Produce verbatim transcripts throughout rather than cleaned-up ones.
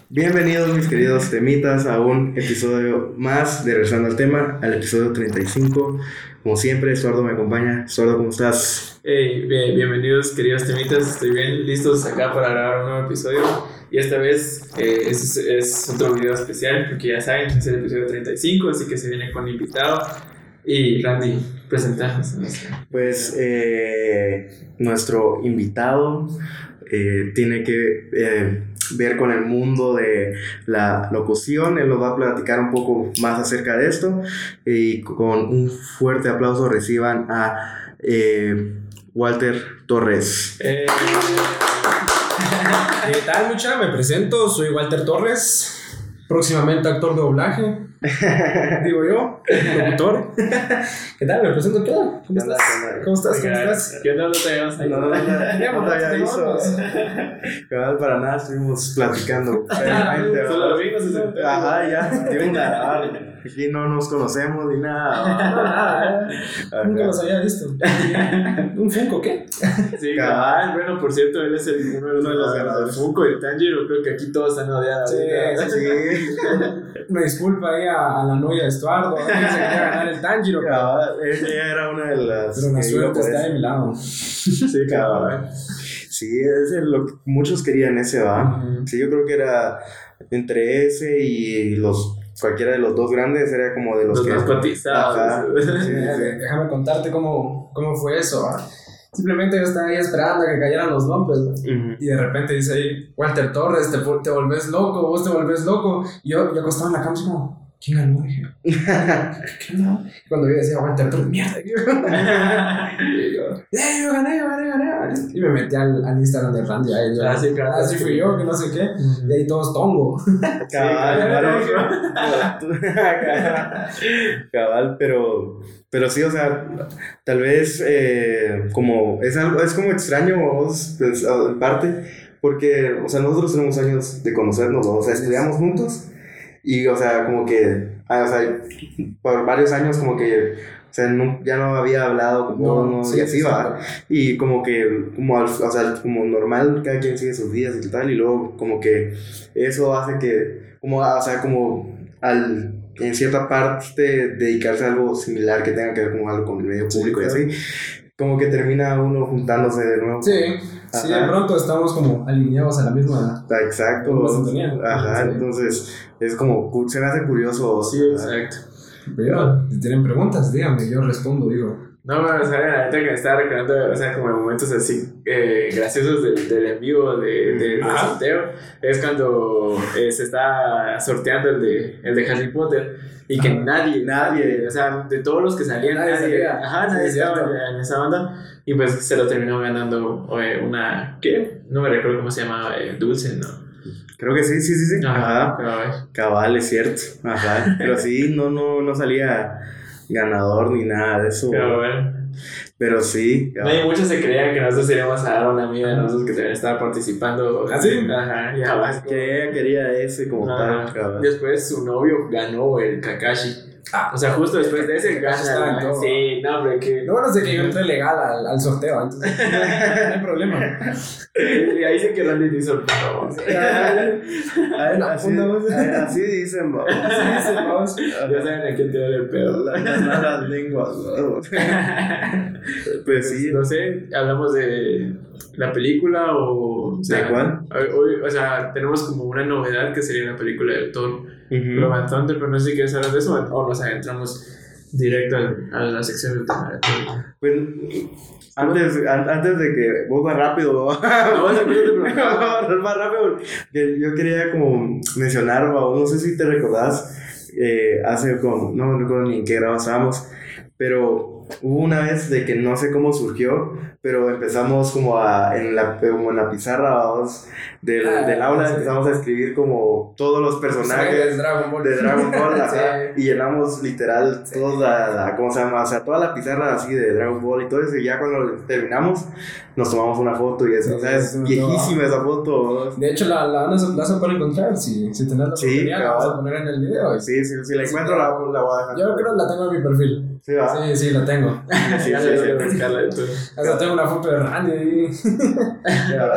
Bienvenidos mis queridos temitas a un episodio más de Regresando al Tema, al episodio treinta y cinco. Como siempre, Estuardo me acompaña. Estuardo, ¿cómo estás? Hey, bien, bienvenidos queridos temitas, estoy bien, listos acá para grabar un nuevo episodio. Y esta vez eh, es, es otro video especial, porque ya saben, es el episodio treinta y cinco, así que se viene con invitado. Y Randy, presentamos. Pues eh, nuestro invitado eh, tiene que eh, ver con el mundo de la locución. Él nos va a platicar un poco más acerca de esto. Y con un fuerte aplauso reciban a eh, Walter Torres. Eh, ¿Qué tal, mucha? Me presento, soy Walter Torres, próximamente actor de doblaje. Digo yo, locutor. ¿Qué tal? Me presento, ¿qué tal? ¿Cómo estás? ¿Cómo estás? ¿Cómo estás? ¿Qué onda? No te veas ahí. No, no, no, no, no había visto. Teníamos. Cabal, para nada estuvimos platicando. Solo lo vimos y se enteró. Ajá, ya, de una. Aquí no nos conocemos ni nada. Nunca los había visto. ¿Un Funko qué? Sí, cabal. Bueno, por cierto, él es el, uno, de, uno de los ganadores del Funko y el Tanjiro. Creo que aquí todos están odiados. Sí, sí. Me disculpa ahí a, a la novia de Estuardo. No se quería ganar el Tanjiro. Cabal, ella era una de las. Pero la que iba suerte por está eso. de mi lado. Sí, cabal. Sí, es lo que muchos querían ese, ¿va? Ujú. Sí, yo creo que era entre ese y los. Cualquiera de los dos grandes era como de los, Los que. más cotizados. Ajá. Sí, sí, sí. Déjame contarte cómo, cómo fue eso. ¿Ah? Simplemente yo estaba ahí esperando a que cayeran los nombres, ¿no? Ujú. Y de repente dice ahí, Walter Torres, te, te volvés loco, vos te volvés loco. Y yo, yo acostado en la cama así como, ¿quién ganó? Dije, ¿qué no? Y cuando yo decía Walter Torres, mierda. Y yo, eh, yo gané, yo gané, gané. Y me metí al, al Instagram de Randy. Ahí yo, Ah, sí, claro. así fui yo, que no sé qué. Y ahí todos tongo. Cabal, cabal, cabal, pero, pero sí, o sea, tal vez eh, como es algo, es como extraño vos, pues, en parte, porque, o sea, nosotros tenemos años de conocernos, ¿no? O sea, estudiamos juntos y, o sea, como que, ah, o sea, por varios años como que, o sea, no, ya no había hablado como No, uno sí, y así va. exacto. Y como que, como, al- o sea, como normal, cada quien sigue sus días y tal, y luego como que eso hace que, como, o sea, como al, en cierta parte, dedicarse a algo similar que tenga que ver con algo con el medio público y así, como que termina uno juntándose de nuevo. Sí, sí, de Ajá. pronto estamos como alineados a la misma. Ah, exacto. Misma sintonía. Ajá, Sí. entonces es como, cu- se me hace curioso. Sí, ajá. exacto. Pero si tienen preguntas, díganme, yo respondo, digo. No, bueno, o sea, la neta que me estaba recordando, o sea, como en momentos así eh, graciosos del, del en vivo de, de, del Ajá. sorteo, es cuando eh, se está sorteando el de, el de Harry Potter y que Ajá. nadie, nadie, o sea, de todos los que salían, Nadie nadie, salía. ajá, Sí, nadie es estaba cierto. en, en esa banda y pues se lo terminó ganando eh, una, ¿qué? No me recuerdo cómo se llamaba, eh, Dulce, ¿no? Creo que sí, sí, sí, sí. Ajá. Ajá. Cabal, es cierto. Ajá. Pero sí, no, no, no salía ganador ni nada de eso. Pero bueno. Pero sí. No, y muchos se creían que nosotros íbamos a dar una amiga de nosotros que también estaba participando. ¿Ah, sí? Ajá, y jamás Que ella quería ese como Ajá. tal, cabal. Después su novio ganó el Kakashi. Ah, O sea, justo después de ese Kakashi estaba en gana. todo. Sí, no, hombre, que. lo bueno es de que yo entré legal al, al sorteo, entonces no hay problema. Y ahí sí que Randy hizo el paro. Ah, La así, funda, vos. ah, así dicen, vamos. Ya saben a quién tirar el pedo. Las malas lenguas, vamos. Pues sí. No sé, hablamos de la película o. o sea, ¿De cuál? Hoy, o sea, tenemos como una novedad que sería una película de Thor. Ujú. Love and Thunder, pero no sé si quieres hablar de eso o nos adentramos directo a, a la sección del tema de la película. Pues antes, an- antes de que vos más rápido, No, esa cosa te preguntaba. vos más rápido, que yo quería como mencionar, o no sé si te recordás, eh, hace como, no me recuerdo ni en qué grado estábamos, pero hubo una vez de que no sé cómo surgió, pero empezamos como a, en la, como en la pizarra, vamos, del, Ah, del aula, sí. empezamos a escribir como todos los personajes de Dragon Ball. de Dragon Ball, ajá, Sí. y llenamos literal Sí. toda la, ¿cómo se llama? O sea, toda la pizarra así de Dragon Ball y todo eso, y ya cuando terminamos, nos tomamos una foto y eso, Sí, o sea, es sí, viejísima esa foto. De hecho, la, la, van a- la se puede encontrar. Si, si tenés la Sí, oportunidad, la vas a cabal. poner en el video. Sí, sí, si la Sí, encuentro, claro. la, la voy a dejar. Yo creo que la tengo en mi perfil. Sí, va. Sí, sí, la tengo. Sí, Ya sí, le sí. voy a buscarla de todo. Hasta tengo una foto de Randy ahí. La verdad,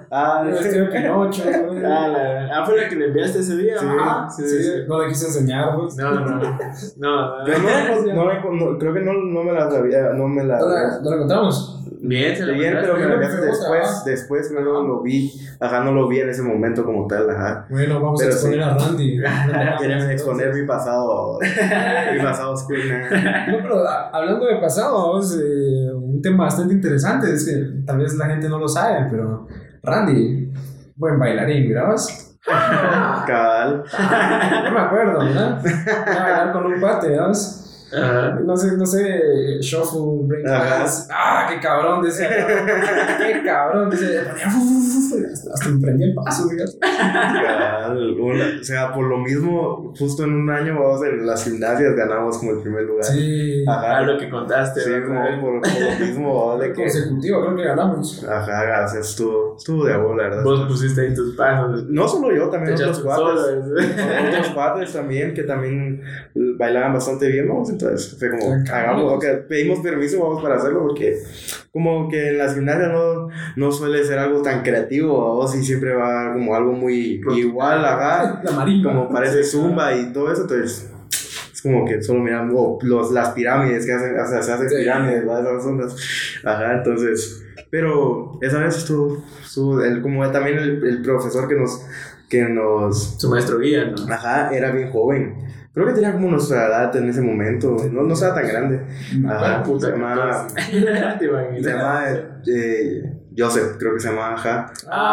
Ah, Yo vestido Pinocho, güey. Ah, la, ah, fue la que le enviaste ese día. Sí, Ajá, Sí, sí, no le quise enseñar, pues. No, no, no. No, Pero no, no. la- no, la- no- creo que no, no me la sabía, no me la... ¿No la, no la contamos? Bien, se la Bien, pero me Yo la creo que enviaste me gusta, después, ajá. después creo que no lo vi, ajá, no lo vi en ese momento como tal, ajá. Bueno, vamos Pero a exponer sí. a Randy. Querían exponer mi pasado, mi pasado oscuro. No, pero a- hablando de pasado, vamos, eh, un tema bastante interesante, es que tal vez la gente no lo sabe, pero Randy, buen bailarín, ¿mirabas? Cabal. No me acuerdo, ¿verdad? Iba a bailar con un pate, ¿verdad? Ajá. No sé, no sé, shuffle, break Ajá. dance. Ah, qué cabrón, decía. Qué cabrón, decía. Hasta me prendí el paso, fíjate. Cabal, una- o sea, por lo mismo, justo en un año, vamos, en las gimnasias ganamos como el primer lugar. Sí, Ajá. Ah, lo que contaste. Sí, ¿verdad? como por, por lo mismo, vamos, de que... consecutivo, creo que ganamos. Ajá, gracias, estuvo, estuvo de agua, la verdad. Vos pusiste ahí tus pasos. No solo yo, Te también otros echaste cuates. solo. Otros padres también que también bailaban bastante bien, vamos, entonces fue como, Ah, hagamos, ok, pedimos permiso, vamos para hacerlo, porque como que en las gimnasias no, no suele ser algo tan creativo, vamos, y siempre va como algo muy igual, ajá, La marimba. como parece zumba y todo eso, entonces es como que solo miran oh, los, las pirámides que hacen, o sea, se hacen Sí. pirámides, ¿va? Esas ondas, ajá, entonces, pero esa vez estuvo, estuvo el, como también el, el profesor que nos, que nos Su maestro guía, ¿no? Ajá, era bien joven. Creo que tenía como nuestra edad en ese momento. No, no estaba tan grande. Ajá, Puta, se llamaba, Te se imaginas. llamaba eh, Joseph, creo que se llamaba, ajá.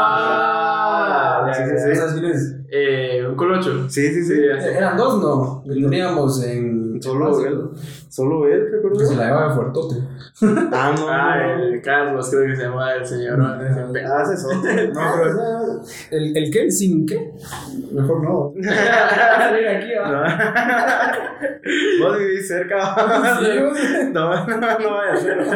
Ah, Sí, sí, ya, sí. ya. ¿Sabes quién es? Eh, un colocho. Sí, sí, sí. Sí, ya sé. Eran dos, ¿no? Lo teníamos en. Solo él. Solo él, recuerdo. Que se la llevaba de fuertote. Ah, no. Ah, no. el Carlos, creo que se llama el señor. ¿no? Ah, ese es otro. No, pero. ¿El, ¿El qué? ¿Sin qué? Mejor no. Salir aquí, ¿va? No. Vos vivís cerca. Sí, güey. No, no, no vaya a ser.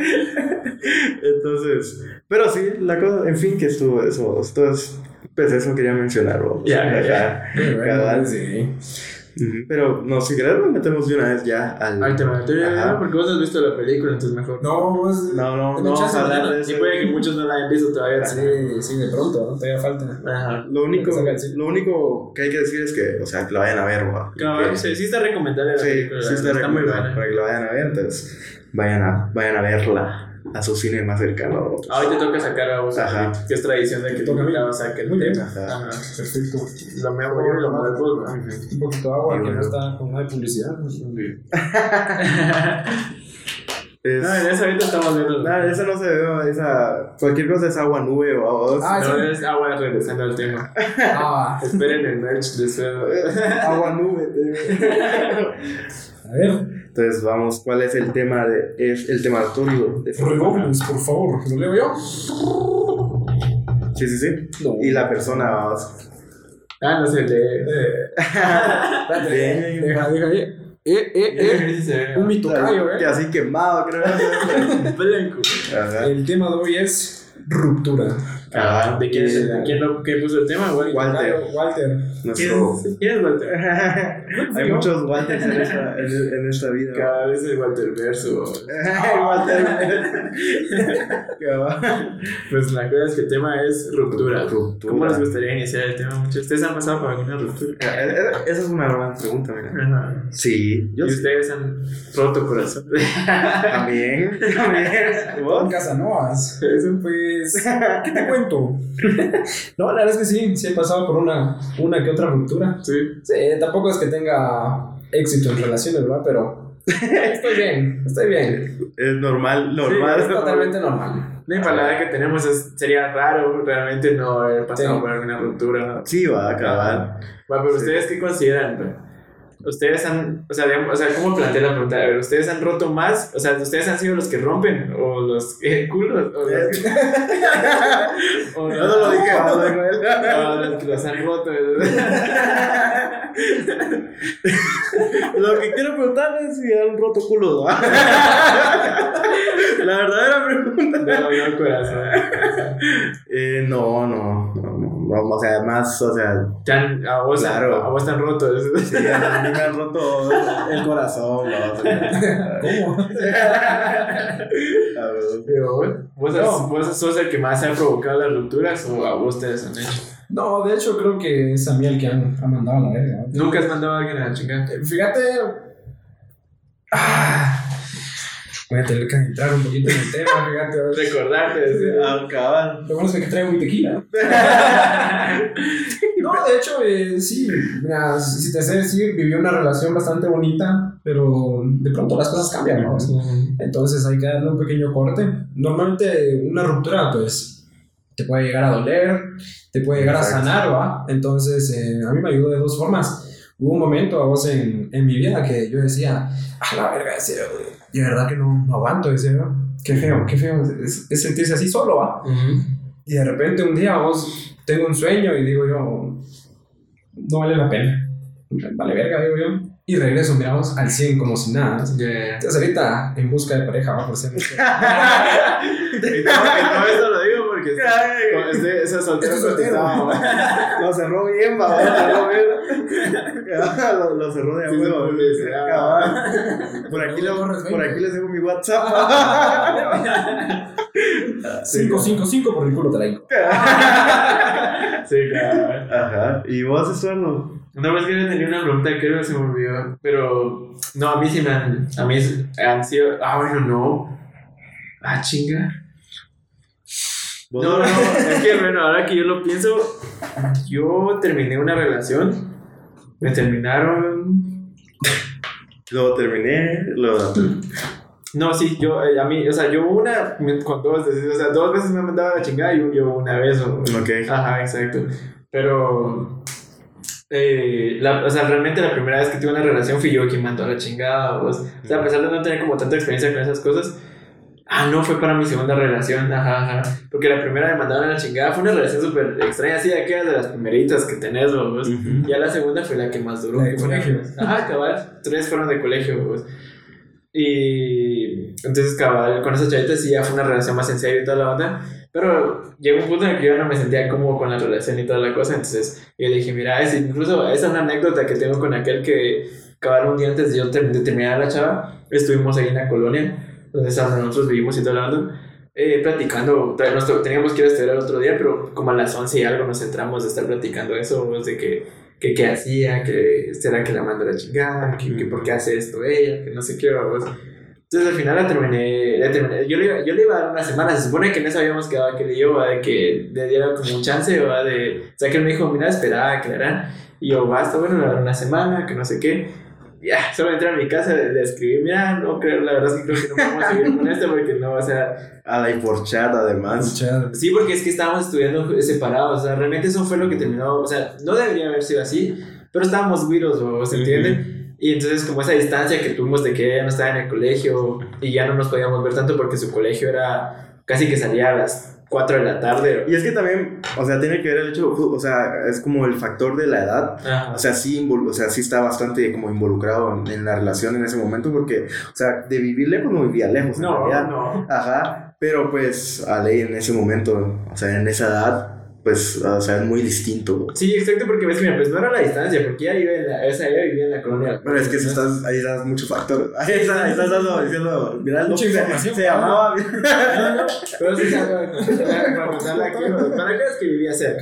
Entonces, pero sí, la cosa, en fin, que estuvo eso. Entonces, pues eso quería mencionar, vos. Ya, ya, ya. Ajá, cabal. Sí. Ujú, pero no, si querés nos metemos de una vez ya al... Al tema. Ajá. Porque vos has visto la película, entonces mejor. No, pues. No, no, Te no me vamos echaste a hablar mañana. de Y eso. puede que muchos no la hayan visto todavía. Sí, sí, de pronto, ¿no? Todavía falta. Ajá. Lo único, Salga el cine. lo único que hay que decir es que, o sea, que la vayan a ver, ¿va? Cabal, Que- sí, sí está recomendable la Sí, película. sí está muy recomendable buena. para que la vayan a ver, entonces vayan a, vayan a verla a su cine más cercano. Ah, hoy te toca sacar a vos, Ajá. que es tradición de que Toca a mí. te la saque el Muy bien. tema. Ajá. Ajá. Perfecto. Lo me hago yo y lo me hago vos, ¿no? Un poquito de agua Y que bueno. no está con nada de publicidad. Es, No, en eso ahorita estamos viendo. nada, esa no se ve, esa, cualquier cosa es agua nube o vos. Ah, No, sí. es agua regresando al tema. Ah, Esperen el merch de suelo. Agua nube. te digo. a ver. Entonces vamos, ¿cuál es el tema de es el tema tuyo? De Redobles, por favor. ¿Lo leo yo? Sí, sí, sí. No. Y la persona, vamos. Ah, no sé, de. Espérate, Bien. deja, deja ahí. Eh, eh, eh. Un mito callo, Que eh. así quemado, creo. Blanco. Ajá. El tema de hoy es ruptura. Ah, ¿de quién es el- Bien. quién lo que puso el tema, güey? Walter. Callo, Walter. ¿Quién Nuestro... es, quién es Walter? Hay muchos Walters en esta, en, en esta vida. Cada vez el Walter Verso. Walter. Cabal. Pues la cosa es que el tema es ruptura. Ruptura. ¿Cómo les gustaría iniciar el tema, muchachos? ¿Ustedes han pasado por alguna ruptura? Eh, Esa es una gran pregunta, mira. Ajá. Sí, yo ¿Y sí. ustedes han roto corazón? También, también. Con ¿Vos? Casanovas. Pues, ¿qué te cuento? No, la verdad es que sí, sí he pasado por una, una que otra ruptura. Sí. Sí, tampoco es que tenga éxito en relaciones, ¿verdad? Pero estoy bien, estoy bien. Es normal, normal. Sí, es totalmente normal. La palabra que tenemos es, sería raro realmente no haber pasado Sí. por alguna ruptura, ¿no? Sí, va, cabal. Bueno, pero Sí. ¿ustedes qué consideran? bro? ¿Ustedes han, o sea, digamos, o sea, ¿cómo plantea la pregunta? A ver, ¿ustedes han roto más? O sea, ¿ustedes han sido los que rompen? ¿O los que culos? ¿O los que, o Yo no lo dije, no lo dijo él. o los que los han roto? Lo que quiero preguntarles es si han roto culo, ¿no? La verdadera pregunta. No, no, corazón. Eh, no, no, no, no, no, o sea, más, o sea, Te han- a vos, Claro. a vos te han roto. sí, a mí me han roto el corazón, ¿no? O sea, ¿Cómo? a ver. Pero bueno, ¿vos, No. has- vos sos el que más ha provocado las rupturas o a vos te las han hecho? No, de hecho creo que es a mí el que han, ha mandado a la verga. ¿no? ¿Nunca has mandado a alguien a la chingada? Eh, Fíjate. Ah, voy a tener que entrar un poquito en el tema, fíjate. Recordarte. decir, Ah, cabal. Lo bueno es que traigo mi tequila. No, de hecho, eh, sí. Mira, si si te sé decir, viví una relación bastante bonita, pero de pronto las cosas cambian, ¿no? Entonces hay que darle un pequeño corte. Normalmente una ruptura, pues, te puede llegar a doler, te puede llegar Exacto. a sanar, ¿va? Entonces, eh, a mí me ayudó de dos formas. Hubo un momento a vos en, en mi vida que yo decía, a la verga, decía, de verdad que no, no aguanto, decía, ¿no? Qué feo, qué feo es, es sentirse así solo, ¿va? Y de repente un día vos tengo un sueño y digo yo, no vale la pena, vale verga, digo yo, y regreso, miramos al cien como si nada. Yeah. Entonces ahorita en busca de pareja, va por ser. Y todo, y todo esto lo digo porque con este, esa soltera Estoy soltero. cotizada, Lo cerró bien, va, lo cerró bien. Lo, lo cerró de Sí, huevo. sí, publicidad. Cabal. Por aquí, lo- por aquí les dejo mi WhatsApp. cinco cinco cinco por el culo te la digo. Sí, claro. Ajá. ¿Y vos, Estuardo? Una vez que yo tenía una pregunta, creo que se me olvidó. Pero no, a mí sí me han. A mí han sido. Ah, bueno, no. Ah, chinga. ¿Vos? No, no, es que bueno, ahora que yo lo pienso, yo terminé una relación. Me terminaron. Lo terminé, lo... No, sí, yo, eh, a mí, o sea, yo una me- con dos, o sea, dos veces me han mandado a la chingada y yo, yo una vez. O, Ok. Ajá, exacto. Pero, eh, la, o sea, realmente la primera vez que tuve una relación fui yo quien mandó a la chingada. O sea, a pesar de no tener como tanta experiencia con esas cosas, ah, no, fue para mi segunda relación, ajá, ajá. Porque la primera me mandaron a la chingada, fue una relación súper extraña, así de aquellas de las primeritas que tenés, vos. Ujú. Ya la segunda fue la que más duró. La de que fue una- colegio. Ajá, cabal, tres fueron de colegio, vos. Y entonces, cabal, con esa chavita sí ya fue una relación más en serio y toda la onda. Pero llegó un punto en el que yo no me sentía cómodo con la relación y toda la cosa. Entonces yo le dije, mira, es, incluso esa es una anécdota que tengo con aquel que, cabal, un día antes de yo ter- de terminar la chava, estuvimos ahí en la colonia, donde es donde nosotros vivimos y toda la onda. Eh, platicando, tra- nos to- teníamos que ir a estudiar el otro día, pero como a las once y algo nos centramos de estar platicando eso, pues, de que, que qué hacía, que será que la manda a la chingada, que, que por qué hace esto ella, que no sé qué, pues. Entonces al final la terminé, la terminé. Yo, le iba, yo le iba a dar una semana, se supone que en eso habíamos quedado que le yo, ¿va? De que le diera como un chance, ¿va? De, o sea que él me dijo, mira, esperaba que le harán, y yo, basta, bueno, le voy a dar una semana, que no sé qué. Ya, solo entré a mi casa, le, le escribí, mira, no creo, la verdad es que creo que no vamos a seguir con esto porque no, o sea, A la y por chat, además. sí, porque es que estábamos estudiando separados, o sea, realmente eso fue lo que terminó, o sea, no debería haber sido así, pero estábamos güiros, ¿o se entiende? Y entonces como esa distancia que tuvimos de que ella no estaba en el colegio y ya no nos podíamos ver tanto porque su colegio era casi que salía a las cuatro de la tarde. Y es que también, o sea, tiene que ver el hecho, o sea, es como el factor de la edad. Ajá. O sea, sí, invol- o sea, sí está bastante como involucrado en, en la relación en ese momento porque, o sea, de vivir lejos no vivía lejos. en No, realidad. no. Ajá, pero pues a ley en ese momento, o sea, en esa edad, pues, o sea, es muy distinto. Sí, exacto, porque ves, mira, pues no era la distancia, porque ella vive en la, esa, ella vivía en la colonia. Pero es que si estás, ahí das mucho factor. Ahí estás, ahí estás dando, diciendo, mira, lo Mucha que se, información, se llamaba. No, no, pero sí sabe, para contarla aquí, para que es que vivía cerca.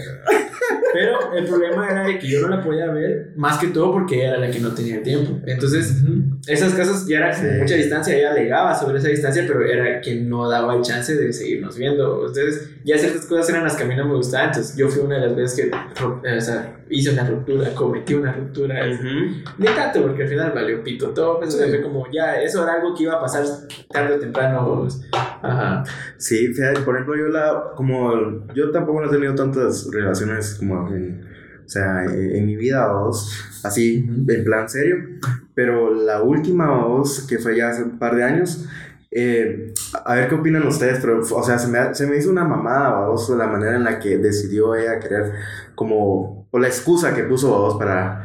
Pero el problema era de que yo no la podía ver, más que todo porque ella era la que no tenía tiempo. Entonces, esas cosas ya eran como Sí. mucha distancia, ella alegaba sobre esa distancia, pero era quien no daba el chance de seguirnos viendo. Entonces, ya ciertas cosas eran las que a mí no me gustaban. Entonces, yo fui una de las veces que o sea, hice una ruptura, cometí una ruptura. Ni tanto, porque al final valió pito todo. Pues, fue como ya, eso era algo que iba a pasar tarde o temprano. Pues, ajá. Sí, fíjate, por ejemplo, yo la, como, yo tampoco no he tenido tantas relaciones como en, o sea, en, en mi vida, vos, así, en plan serio, pero la última, vos, que fue ya hace un par de años, eh, a ver qué opinan ustedes, pero, o sea, se me, se me hizo una mamada, vos, la manera en la que decidió ella querer, como, o la excusa que puso vos para,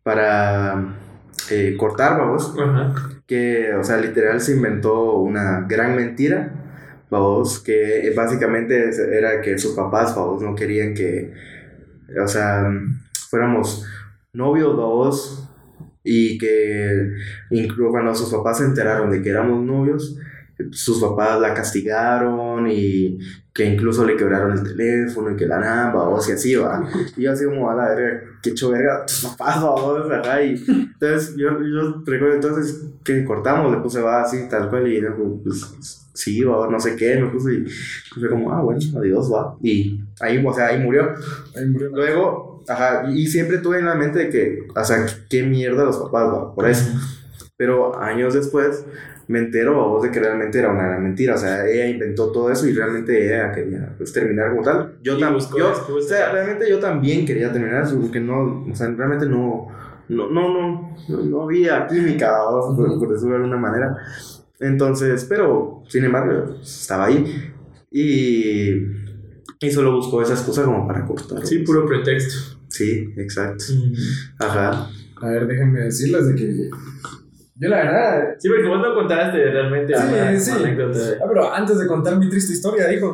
para eh, cortar, vamos. Ajá. Que, o sea, literal se inventó una gran mentira, vamos, que básicamente era que sus papás, vamos, no querían que, o sea, fuéramos novios, vamos, y que incluso cuando sus papás se enteraron de que éramos novios, sus papás la castigaron y que incluso le quebraron el teléfono y que la nada, vamos, y así, va. Y yo así como, a la verga, qué hecho verga, tus papás, vamos, ¿verdad? Y entonces yo, yo recuerdo entonces que cortamos, le puse, va, así, tal cual, y yo, pues, sí, va, no sé qué, me puse y fue como, ah, bueno, adiós, va. Y ahí, o sea, ahí murió. Ahí murió. Luego, ajá, y siempre tuve en la mente de que, o sea, qué mierda los papás, va, por eso. Pero años después me entero a vos de que realmente era una gran mentira. O sea, ella inventó todo eso y realmente ella quería pues, terminar como tal. Yo también, o sea, realmente yo también quería terminar eso porque no, o sea, realmente no, no, no, no, no, no había química, vamos, por, por decirlo de alguna manera. Entonces, pero sin embargo, estaba ahí y, y solo buscó esas cosas como para cortar. Sí, puro pretexto. Sí, exacto. Mm. Ajá. A ver, déjenme decirles de que yo la verdad... Sí, porque vos no contaste realmente Sí, una, sí. una anécdota. Ah, pero antes de contar mi triste historia, dijo.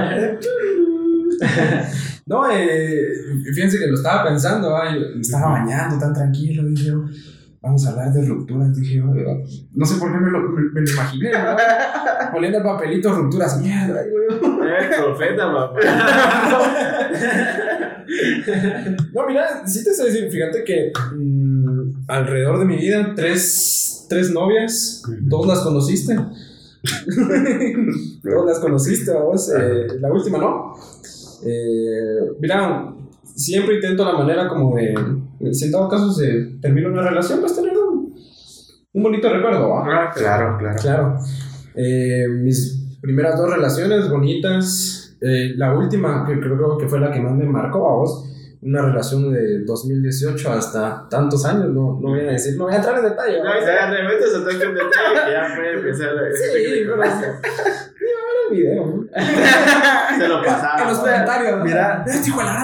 No, eh, fíjense que lo estaba pensando, ah, yo me estaba bañando tan tranquilo, dije yo, vamos a hablar de rupturas, dije yo, no sé por qué me lo, me, me lo imaginé, ¿no? Poniendo el papelito, rupturas, mierda, digo yo. Eh, profeta, papá. No, mira, sí te sé decir, fíjate que mmm, alrededor de mi vida, tres, tres novias, dos las conociste. Dos las conociste, vos, eh, la última no. Eh, mira, siempre intento la manera como de, si en dado caso se termina una relación, pues tener un, un bonito recuerdo, ¿va? Ah, claro, claro. Claro. Eh, mis primeras dos relaciones bonitas, eh, la última que creo que fue la que más me marcó a vos, una relación de dos mil dieciocho hasta tantos años, no, no voy a decir, no voy a entrar en detalle. No, y se de repente se toca un detalle que ya puede empezar a... Sí, pero el video. Se lo pasaba. En los comentarios. Mira. Este hijo de la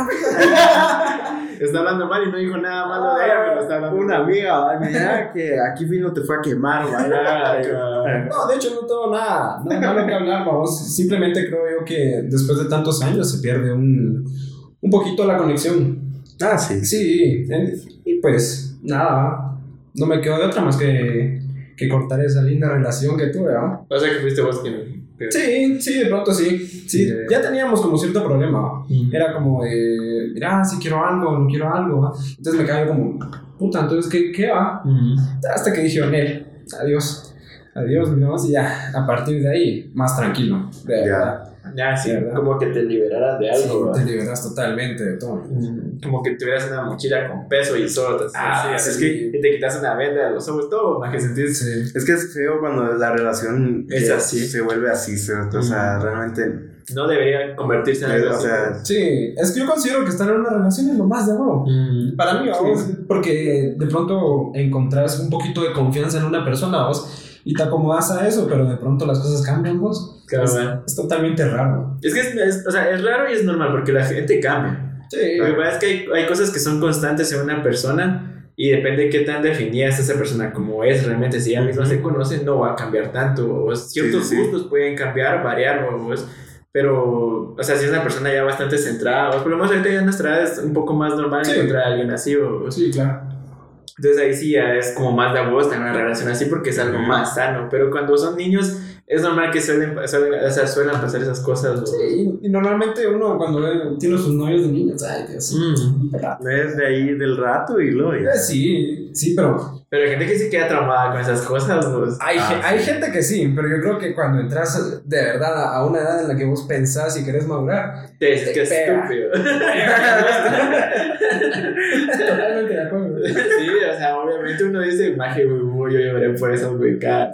gran. Está hablando mal y no dijo nada malo de ella, pero está hablando Una mal. amiga, mira que aquí vino te fue a quemar, ¿vale? No, de hecho no tengo nada, nada malo que hablar, vamos. Simplemente creo yo que después de tantos años se pierde un, un poquito la conexión. Ah, sí. Sí, y pues nada, no me quedo de otra más que, que cortar esa linda relación que tuve, ¿va? O sea que fuiste vos quien... Sí, sí, de pronto sí. Sí, Yeah. ya teníamos como cierto problema. Mm. Era como de, mira, si quiero algo, no quiero algo. ¿va? Entonces me cayó como, puta, entonces, ¿qué, qué va? Mm. Hasta que dije, Nel, adiós. Adiós, mi mamá, y ya, a partir de ahí, más tranquilo. De Ya. verdad. Ya, sí, ¿verdad? como que te liberaras de Sí, algo. te ¿verdad? liberas totalmente de todo. Mm, Como que tuvieras una mochila con peso y sodas. Ah, así, sí. es que y te quitas una venda de los ojos, todo, más que sentir. Sí. Es que es feo cuando la relación Es ya así. se vuelve así, ¿cierto? O sea, Mm. realmente. No debería convertirse en algo O así. sea, Sí, es que yo considero que estar en una relación es lo más de huevo. Mm. Para mí, vamos, Sí. porque de pronto encontrás un poquito de confianza en una persona, vos, y te acomodas a eso, pero de pronto las cosas cambian, vos. Claro, es, man. es totalmente raro. Es que es, es- o sea, es raro y es normal porque la gente cambia. Sí. Lo que pasa es que hay, hay cosas que son constantes en una persona y depende de qué tan definida es esa persona como es realmente. Si ella misma se conoce, no va a cambiar tanto. O ciertos Sí, sí, sí. gustos pueden cambiar, variar, o es- pero, o sea, si es una persona ya bastante centrada, o por lo menos ahorita ya en nuestra edad es un poco más normal Sí. encontrar a alguien así, o, Sí, claro. entonces ahí sí ya es como más de a vos tener una relación así porque es algo más sano. Pero cuando son niños es normal que suelen, suelen, o sea, suelen pasar esas cosas. o- Sí, y, y normalmente uno cuando ve- tiene sus novios de niños, ay Dios. Mm. ¿Verdad? es de ahí del rato y luego ya. Eh, Sí, sí, pero Pero hay gente que se queda traumada con esas cosas. Pues. hay, Ah, ge- sí. hay gente que sí, pero yo creo que cuando entras de verdad a a una edad en la que vos pensás y querés madurar, Te dices que Te es pega. estúpido. totalmente de acuerdo. Sí, o sea, obviamente uno dice, maje, uy, yo lloré por esas becadas.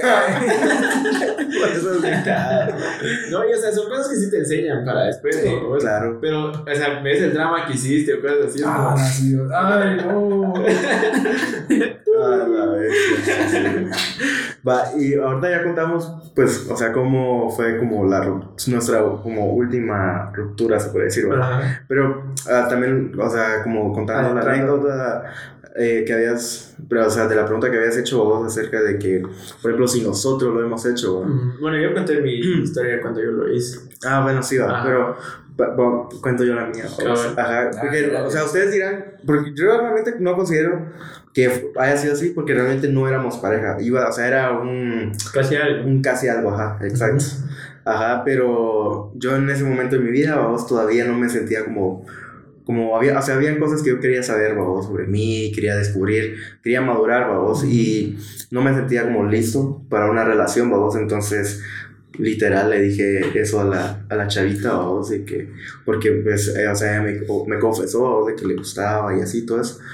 Por esas becadas. No, y o sea, son cosas que sí te enseñan para después, Sí, ¿no? Claro. Pero, o sea, ves el drama que hiciste o cosas así. es como- Ah, sí, Dios. Ay, no. Ah, la bestia, sí, sí. Va, y ahorita ya contamos, pues, o sea, cómo fue como la nuestra como última ruptura, se puede decir, ¿verdad? Ajá. Pero uh, también, o sea, como contando Ah, la claro. anécdota eh, que habías, pero, o sea, de la pregunta que habías hecho vos acerca de que, por ejemplo, si nosotros lo hemos hecho, ¿verdad? Mm, Bueno, yo conté mi historia cuando yo lo hice. Ah, bueno, sí, va, Ajá. pero va- va, cuento yo la mía. Claro. Ajá, porque, Ah, o sea, ustedes dirán, porque yo realmente no considero que haya sido así, porque realmente no éramos pareja, iba, o sea, era un, Casi algo. un casi algo, ajá, exacto. Ajá, pero yo en ese momento de mi vida, vamos, todavía no me sentía como, como había, o sea, habían cosas que yo quería saber, vamos, sobre mí, quería descubrir, quería madurar, vamos, y no me sentía como listo para una relación, vamos, entonces literal le dije eso a la, a la chavita, vamos, de que, porque pues, eh, o sea, ella me, me confesó, vamos, de que le gustaba y así, todo eso,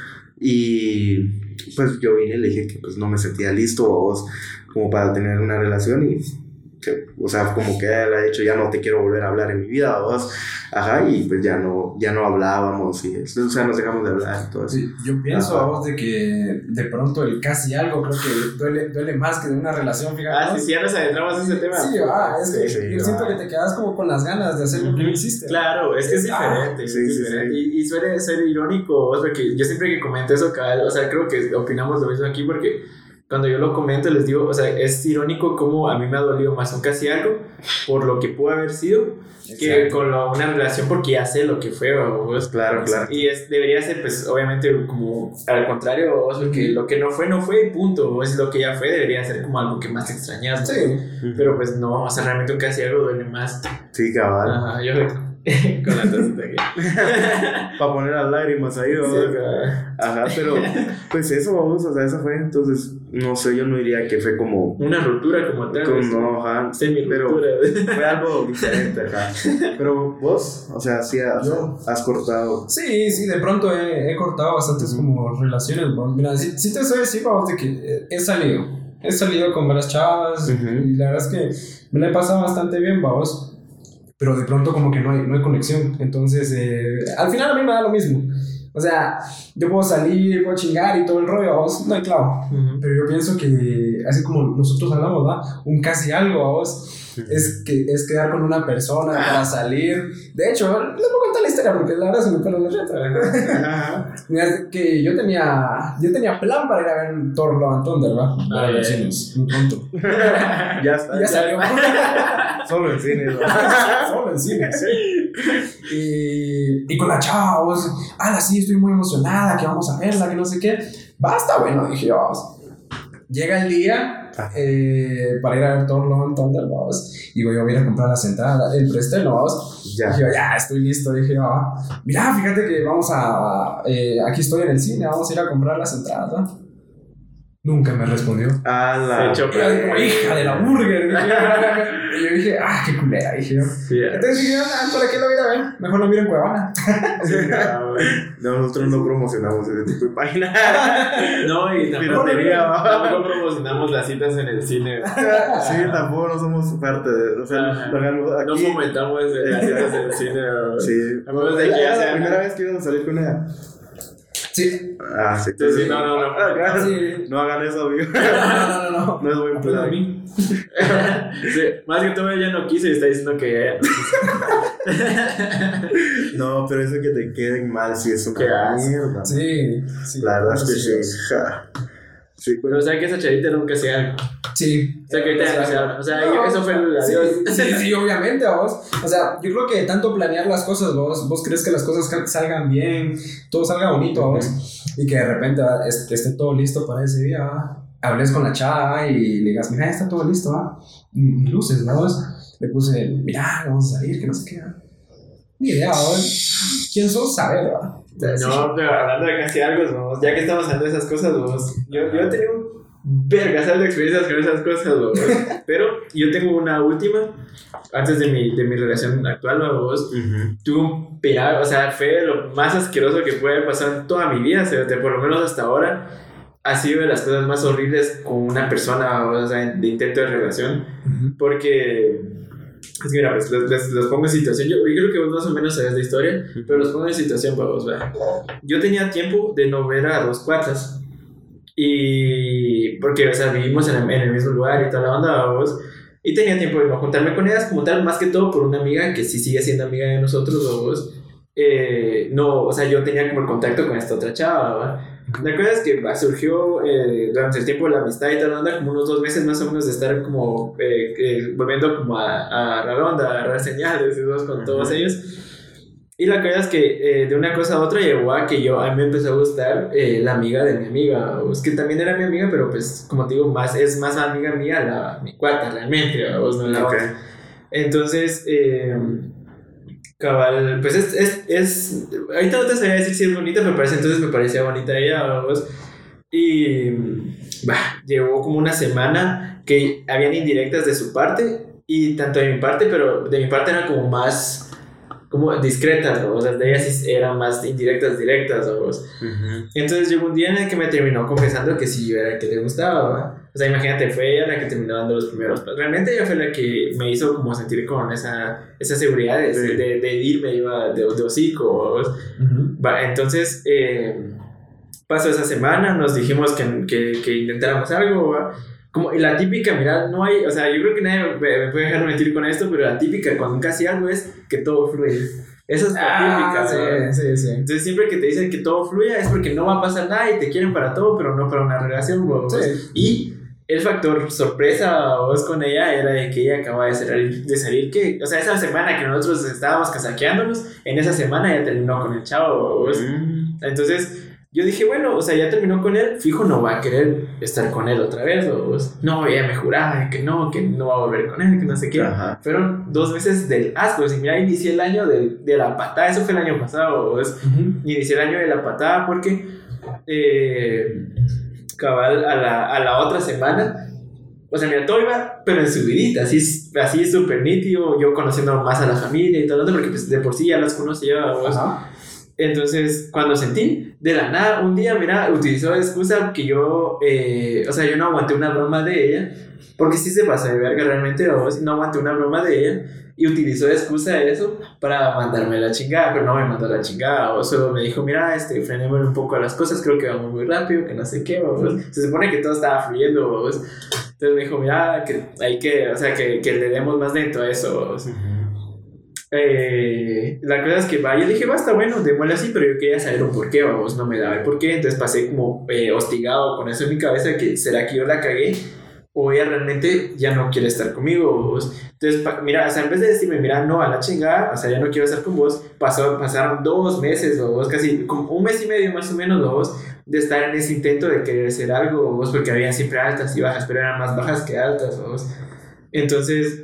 y pues yo vine y le dije que pues no me sentía listo, vamos, como para tener una relación y que, o sea, como que él ha dicho ya no te quiero volver a hablar en mi vida, vos, ajá, y pues ya no, ya no hablábamos y, o sea, nos dejamos de hablar y todo eso. Sí, yo pienso Ajá. a vos de que de pronto el casi algo creo que duele, duele más que de una relación, fíjate. Ah, ¿no? sí, sí, ya nos adentramos en ese tema. Sí, va, es que Sí, sí, yo va. siento que te quedas como con las ganas de hacer lo que no hiciste. Claro, es que es Ah, diferente. sí, es sí, diferente. sí. Y, y suele ser irónico, o sea, que yo siempre que comento eso, cabal, o sea, creo que opinamos lo mismo aquí porque cuando yo lo comento les digo, o sea, es irónico como a mí me ha dolido más un casi algo por lo que pudo haber sido que Exacto. con lo- una relación porque ya sé lo que fue, o pues, Claro, claro. y es, debería ser, pues, obviamente, como al contrario, o sea, que lo que no fue, no fue, y punto. O es lo que ya fue, debería ser como algo que más extrañas, ¿no? Sí. Pero pues no, o sea, realmente un casi algo duele más. Sí, cabal. Ajá, yo con la tacita aquí. Para poner las lágrimas ahí, Sí, vamos. cabal. Ajá, pero pues eso, vamos, o sea, eso fue, entonces, no sé, yo no diría que fue como, Una ruptura como tal. como es- no, ajá, Semi pero ruptura. fue algo diferente, ajá. Pero vos, o sea, sí has, Yo. has cortado. Sí, sí, de pronto he, he cortado bastantes como relaciones. ¿no? Mira, sí, sí te soy decir, vamos, de que he salido. He salido con varias chavas Ujú. y la verdad es que me la he pasado bastante bien, vamos. Pero de pronto como que no hay, no hay conexión. Entonces, eh, al final a mí me da lo mismo. O sea, yo puedo salir, puedo chingar y todo el rollo, vamos, no hay clavo. Ujú. Pero yo pienso que, así como nosotros hablamos, ¿va? Un casi algo a vos es, que, es quedar con una persona para salir. De hecho, les voy a contar la historia porque la verdad se me pela la reta. Mira, es que yo tenía, yo tenía plan para ir a ver Thor Love and Thunder, ¿va? Ah, Para los ya. cines, muy pronto. Ya está, Y ya salió. solo en cine, ¿no? Solo en cine, sí. Y, y con la chava, vos, ah, sí, estoy muy emocionada, que vamos a verla, que no sé qué. Basta, bueno, dije yo, vamos. Llega el día eh, para ir a ver Thor Love and Thunder, vamos. Y voy a ir a comprar las entradas, el preestreno, vamos. Ya. Dije yo, ya, estoy listo. Dije yo, ah, mira, fíjate que vamos a. Eh, aquí estoy en el cine, vamos a ir a comprar las entradas, ¿no? Nunca me respondió. A la. Se echó. Y yo digo, hija de la burger. Dije yo. Y yo dije, ah, qué culera, dije yo. Sí, ya. Entonces dije, ah, ¿para qué lo voy a ir a ver? Mejor lo miro en Cuevana. Sí, cabal. No, nosotros no promocionamos ese tipo de páginas. No, y tampoco, Piratería, va. tampoco promocionamos las citas en el cine. Sí, tampoco no somos parte de. O sea, Ajá. lo hagamos aquí. No fomentamos las citas en el cine. Sí. A menos de que ya Era la sea- primera vez que íbamos a salir con ella. Sí. Ah, sí. Sí, sí, no, no, no. Ah, claro. Sí. No hagan eso, amigo. No, no, no, no. No es buen Aprende de plan. mí. Sí, más que todo ella no quiso y está diciendo que ella no quiso. No, pero eso que te queden mal, sí es Qué una asco. mierda. Sí, sí. La verdad es que Sí. sí. Ja. Sí, Pero o sea que esa chavita nunca se algo. Sí. O sea que ahorita ya no se habla. O sea, No, eso fue el sí, adiós. sí, sí, obviamente, vos. O sea, yo creo que tanto planear las cosas, vos, vos crees que las cosas cal- salgan bien, todo salga bonito, vos, y que de repente va, es- que esté todo listo para ese día, va. Hables con la chava y le digas, mira, ya está todo listo, va. Ni luces, vos. Le puse, mira, vamos a salir, que no sé qué, va. Ni idea, vos. ¿Quién sos? Saber, va. No, pero hablando de casi algo, ¿no? Ya que estamos hablando de esas cosas, vos, yo, yo he tenido un vergasal de experiencias con esas cosas, vos. Pero yo tengo una última, antes de mi, de mi relación actual, vos. Ujú. Tuve un pirado, o sea, fue lo más asqueroso que puede haber pasado en toda mi vida, o sea, por lo menos hasta ahora. Ha sido de las cosas más horribles con una persona, o sea, de intento de relación. Porque, es que mira, pues, los, los, los pongo en situación. Yo, yo creo que vos más o menos sabes la historia, pero los pongo en situación para vos, ¿verdad? Yo tenía tiempo de no ver a dos cuatas. Y porque, o sea, vivimos en el, en el mismo lugar y toda la onda, vos. Y tenía tiempo de no juntarme con ellas como tal, más que todo por una amiga que sí sigue siendo amiga de nosotros, vos. Eh, no, o sea, yo tenía como el contacto con esta otra chava, ¿va? La cosa es que va, surgió eh, durante el tiempo de la amistad y tal onda, como unos dos meses más o menos de estar como eh, eh, volviendo como a, a agarrar onda, a agarrar señales y dos con uh-huh. todos ellos. Y la cosa es que eh, de una cosa a otra llegó a que yo, a mí me empezó a gustar eh, la amiga de mi amiga, es que también era mi amiga, pero pues como te digo, más, es más amiga mía la, mi cuata realmente, vos no la okay. otra. Entonces, eh, cabal, pues es, es, es, ahorita no te sabía decir si es bonita, me parece, entonces me parecía bonita ella, vos. Y, bah, llevó como una semana que habían indirectas de su parte, y tanto de mi parte, pero de mi parte eran como más... como discretas, ¿no? O sea, de ellas sí eran más indirectas, directas, ¿no? Uh-huh. Entonces llegó un día en el que me terminó confesando que sí, yo era el que le gustaba, ¿no? O sea, imagínate, fue ella la que terminó dando los primeros pasos. Realmente ella fue la que me hizo como sentir con esa, esa seguridad de, sí. de, de irme, iba de, de hocico, ¿no? Uh-huh. Entonces, eh, pasó esa semana, nos dijimos que, que, que intentáramos algo, ¿no? Como la típica, mira, no hay, o sea, yo creo que nadie me puede dejar mentir con esto, pero la típica cuando casi algo es que todo fluye. Esa es la ah, típica, sí, sí, sí. Entonces siempre que te dicen que todo fluya es porque no va a pasar nada y te quieren para todo, pero no para una relación, vos. Sí. Y el factor sorpresa vos con ella era de que ella acababa de salir, de salir que, o sea, esa semana que nosotros estábamos casaqueándonos, en esa semana ella terminó con el chavo, vos. Mm. Entonces... yo dije, bueno, o sea, ya terminó con él, fijo, no va a querer estar con él otra vez, o no, ella me juraba que no, que no va a volver con él, que no sé qué. Ajá. Fueron dos meses del asco, o sea, mira, inicié el año de, de la patada, eso fue el año pasado, uh-huh. inicié el año de la patada porque, eh, cabal, a la, a la otra semana, o sea, mira, todo iba, pero en subidita, así, así súper nítido, yo conociendo más a la familia y todo, porque pues de por sí ya las conocía, vos. Ajá. Entonces, cuando sentí, de la nada, un día, mira, utilizó la excusa que yo, eh, o sea, yo no aguanté una broma de ella, porque sí se pasó de verga realmente, vos, no aguanté una broma de ella, y utilizó de excusa eso para mandarme la chingada, pero no me mandó la chingada, o solo me dijo, mira, este, frenémosle un poco a las cosas, creo que vamos muy rápido, que no sé qué, vos. Se supone que todo estaba fluyendo, vos. Entonces me dijo, mira, que hay que, o sea, que, que le demos más dentro a eso, vos. Eh, la cosa es que va, yo dije, basta, bueno, démosle así, pero yo quería saber un porqué, vamos, no me daba el porqué, entonces pasé como eh, hostigado con eso en mi cabeza, que será que yo la cagué o ella realmente ya no quiere estar conmigo, vos. Entonces, pa, mira, o sea, en vez de decirme, mira, no, a la chingada, o sea, ya no quiero estar con vos, pasó, pasaron dos meses, vos, casi como un mes y medio más o menos, vos, de estar en ese intento de querer hacer algo, vos, porque había siempre altas y bajas, pero eran más bajas que altas, vos. Entonces...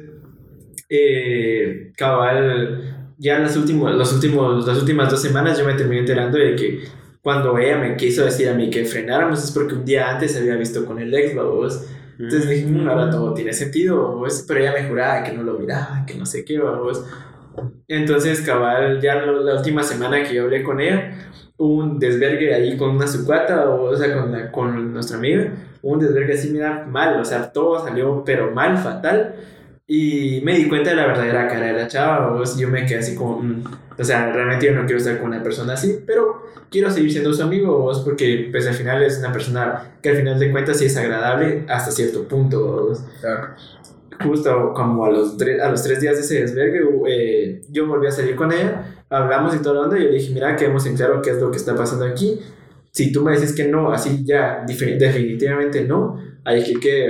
Eh, cabal, ya en los últimos, los últimos, las últimas dos semanas yo me terminé enterando de que cuando ella me quiso decir a mí que frenáramos es porque un día antes se había visto con el ex, vos. Entonces dije, mmm, ahora todo tiene sentido, vos. Pero ella me juraba que no lo miraba, que no sé qué, vos. Entonces, cabal, ya la última semana que yo hablé con ella, hubo un desvergue ahí con una sucuata, o, o sea, con, la, con nuestra amiga, hubo un desvergue así, mira, mal, o sea, todo salió, pero mal, fatal. Y me di cuenta de la verdadera cara de la chava, vos. Yo me quedé así como, mmm, o sea, realmente yo no quiero estar con una persona así, pero quiero seguir siendo su amigo, vos, porque pues al final es una persona que al final de cuentas sí es agradable hasta cierto punto, vos. Claro. Justo como a los, tre- a los tres días de ese desvergue, eh, yo volví a salir con ella, hablamos y todo lo onda, y yo le dije, mira, quedemos en claro qué es lo que está pasando aquí. Si tú me dices que no, así ya, dif- definitivamente no, hay que que...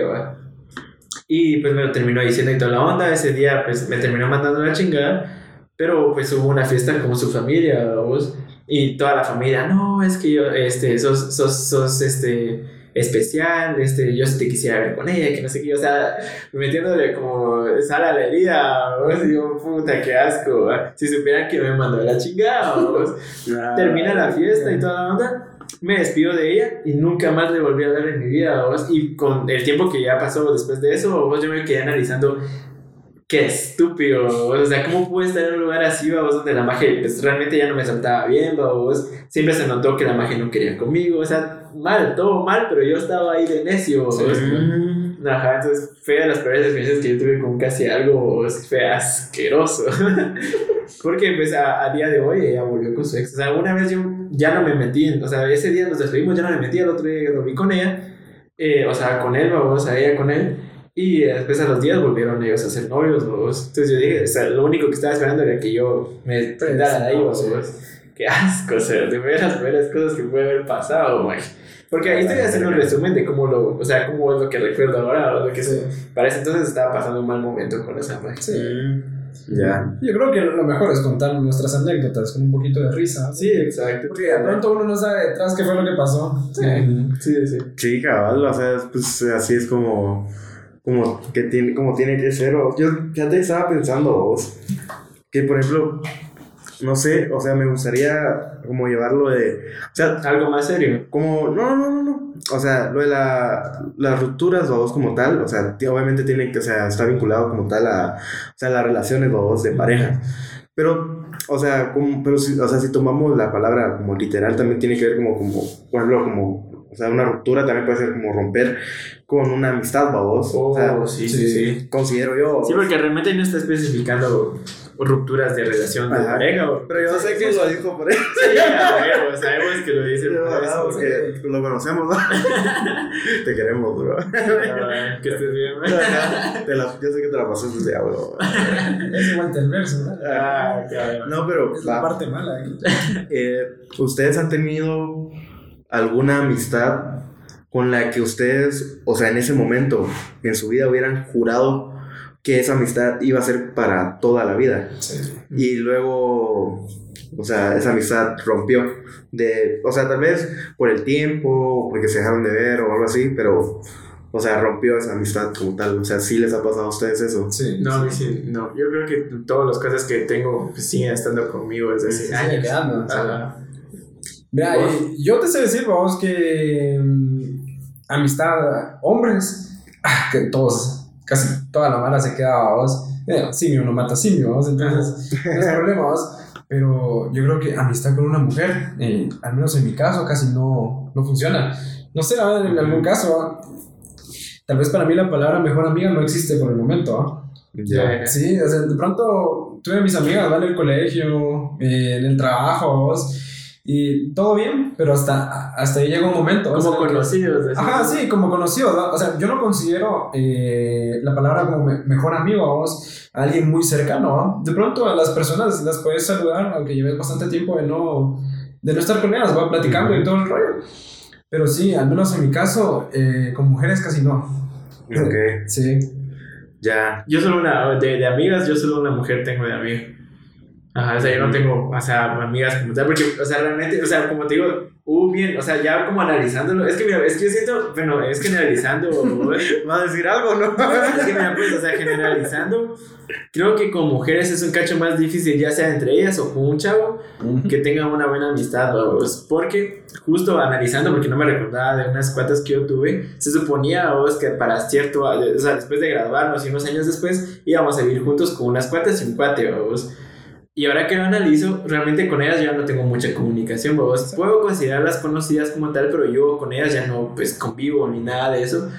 Y pues me lo terminó diciendo y toda la onda. Ese día pues me terminó mandando la chingada, pero pues hubo una fiesta con su familia, vos, y toda la familia, no, es que yo, este, sos, sos, sos, este, especial, este, yo sí te quisiera ver con ella, que no sé qué, o sea, metiéndole como sal a la herida, vos, y digo, puta, qué asco, ¿va? Si supieran que me mandó la chingada, vos. Ah, termina la fiesta y toda la onda. Me despido de ella y nunca más le volví a hablar en mi vida, vos. Y con el tiempo que ya pasó después de eso, vos, yo me quedé analizando qué estúpido, vos. O sea, cómo pude estar en un lugar así, vos, donde la magia pues, realmente ya no me saltaba bien, vos. Siempre se notó que la magia no quería conmigo, o sea, mal, todo mal, pero yo estaba ahí de necio, vos. Sí. Ajá, entonces fue de las peores experiencias que yo tuve con casi algo, vos. Fue asqueroso. Porque pues a, a día de hoy ella volvió con su ex. O sea, una vez yo ya no me metí, o sea, ese día nos despedimos, ya no me metí, el otro día dormí con ella, eh, o sea, con él, vamos, a ella con él. Y después a los días volvieron ellos a ser novios, vamos. Entonces yo dije, o sea, lo único que estaba esperando era que yo me prendara de ahí, vamos. Qué asco, o sea, de veras, veras cosas que puede haber pasado, güey. Porque ahí estoy haciendo un resumen de cómo lo, o sea, cómo es lo que recuerdo ahora, o lo que sí. Para ese entonces estaba pasando un mal momento con esa magia. Sí. Ya. Yo creo que lo mejor es contar nuestras anécdotas con un poquito de risa. Sí, exacto. Porque de pronto uno no sabe detrás qué fue lo que pasó. Sí, sí, sí. Sí, cabal, o sea, pues así es como, como, que tiene, como tiene que ser. O, yo ya te estaba pensando, vos, que por ejemplo, no sé, o sea, me gustaría como llevarlo de, o sea, algo más serio. Como, no, no, no, no, o sea, lo de la, las rupturas, vos, como tal, o sea, t- obviamente tiene que, o sea, está vinculado como tal a, o sea, las relaciones, vos, de pareja, pero, o sea, como, pero si, o sea, si tomamos la palabra como literal, también tiene que ver como, como, por ejemplo, como, o sea, una ruptura también puede ser como romper con una amistad, vos, oh, o sea, sí, sí, sí, considero yo. Sí, porque realmente no está especificando rupturas de relación de Ajá. pareja. O, pero yo sé que lo dijo por eso. Sí, a huevo, sabemos que lo dice por Yo, eso. porque lo conocemos, ¿no? Te queremos, bro. Ah, que estés bien, güey. Te la, yo sé que te la pasaste de agua. Es igual el verso, ¿no? Ah, cabrón. No, pero Es la parte mala. ¿Eh? eh, ¿ustedes han tenido alguna amistad con la que ustedes, o sea, en ese momento en su vida hubieran jurado que esa amistad iba a ser para toda la vida? Sí. Y luego, o sea, esa amistad rompió de, o sea, tal vez por el tiempo, porque se dejaron de ver o algo así, pero, o sea, rompió esa amistad como tal. O sea, ¿sí les ha pasado a ustedes eso? Sí. No, a mí sí, no. Yo creo que todas las cosas que tengo pues, siguen estando conmigo desde hace Sí, años. sigue quedando, o sea. Ajá. Mira, y yo te sé decir, vamos, que mm, amistad, hombres, ah, que todos, casi toda la mala se queda, vamos, eh, simio no mata simio, vamos, entonces no es problema, vamos, pero yo creo que amistad con una mujer, eh, al menos en mi caso, casi no, no funciona. No sé, ¿no? En algún caso, tal vez para mí la palabra mejor amiga no existe por el momento, ¿no? Ya. Sí, o sea, de pronto tuve mis amigas, ¿vale? En el colegio, eh, en el trabajo, vos, y todo bien, pero hasta, hasta ahí llega un momento. Como o sea, conocidos. que, ajá, sí, como conocidos, ¿no? O sea, yo no considero eh, la palabra como me, mejor amigo, vamos, a alguien muy cercano, ¿no? De pronto a las personas las puedes saludar, aunque lleves bastante tiempo de no, de no estar con ellas, va platicando uh-huh. y todo el rollo. Pero sí, al menos en mi caso, eh, con mujeres casi no. Ok. Sí. Ya. Yo solo una, de, de amigas, yo solo una mujer tengo de amiga. Ajá, o sea, yo no tengo, o sea, amigas como tal, porque, o sea, realmente, o sea, como te digo, uh, bien, o sea, ya como analizándolo, es que mira, es que yo siento, bueno, es generalizando, va a decir algo, ¿no? Es que mira, pues, o sea, generalizando, creo que con mujeres es un cacho más difícil, ya sea entre ellas o con un chavo, uh-huh. que tengan una buena amistad, vos, porque justo analizando, porque no me recordaba de unas cuantas que yo tuve, se suponía, vos, que para cierto, o sea, después de graduarnos y unos años después, íbamos a vivir juntos con unas cuantas y un cuate, vos. Y ahora que lo analizo, realmente con ellas ya no tengo mucha comunicación, vos. Puedo considerarlas conocidas como tal, pero yo con ellas ya no, pues, convivo ni nada de eso.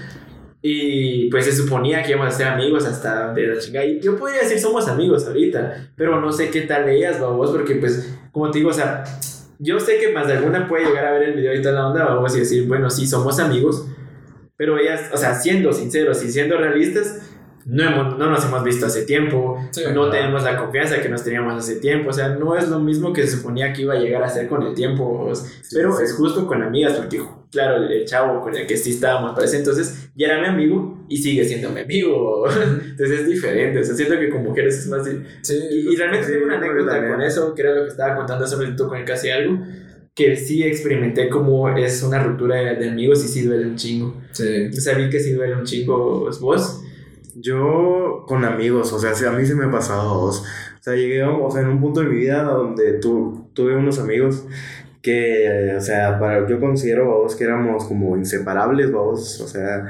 Y pues se suponía que íbamos a ser amigos hasta de la chingada. Y yo podría decir somos amigos ahorita, pero no sé qué tal ellas, vos, porque pues, como te digo, o sea, yo sé que más de alguna puede llegar a ver el video y toda la onda, vamos, y decir, bueno, sí, somos amigos, pero ellas, o sea, siendo sinceros y siendo realistas, No, hemos, no nos hemos visto hace tiempo, sí, no claro. tenemos la confianza que nos teníamos hace tiempo, o sea, no es lo mismo que se suponía que iba a llegar a ser con el tiempo, sí, pero sí. es justo con amigas, porque claro, el chavo con el que sí estábamos para ese entonces ya era mi amigo y sigue siendo mi amigo, entonces es diferente, o sea, siento que con mujeres es más sí, y, y realmente sí, tengo una anécdota con eso, que era lo que estaba contando hace un ratito con el casi algo, que sí experimenté como es una ruptura de, de amigos y sí duele un chingo, sí. o sea, vi que sí duele un chingo vos. Yo con amigos, o sea, a mí se me ha pasado, o sea, llegué o sea, en un punto de mi vida donde tu, tuve unos amigos que, o sea, para, yo considero, vos, que éramos como inseparables, vos, o sea,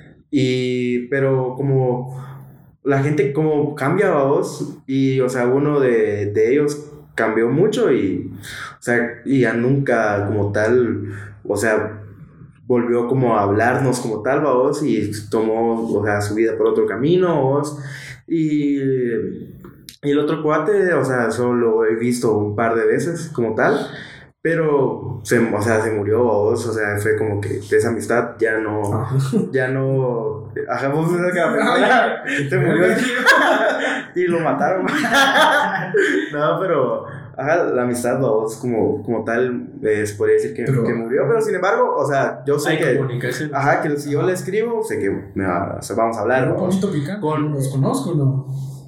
y, pero como la gente como cambia, vos, y, o sea, uno de, de ellos cambió mucho y, o sea, y ya nunca como tal, o sea, volvió como a hablarnos como tal, vos, y tomó, o sea, su vida por otro camino, vos, y, Y el otro cuate, o sea, solo lo he visto un par de veces como tal, pero se, o sea, se murió, vos, o sea, fue como que esa amistad ya no, ya no, ajá, vos pensás que la persona se murió y lo mataron. No, pero, ajá, la amistad, vos, como, como tal, es por decir que, Pero- que murió, pero sin embargo, o sea, yo sé Hay que, comunicación. ajá, que si yo le escribo, sé que me va, o sea, vamos a hablar, Un ¿no? poquito picante. Con- Los conozco, ¿no?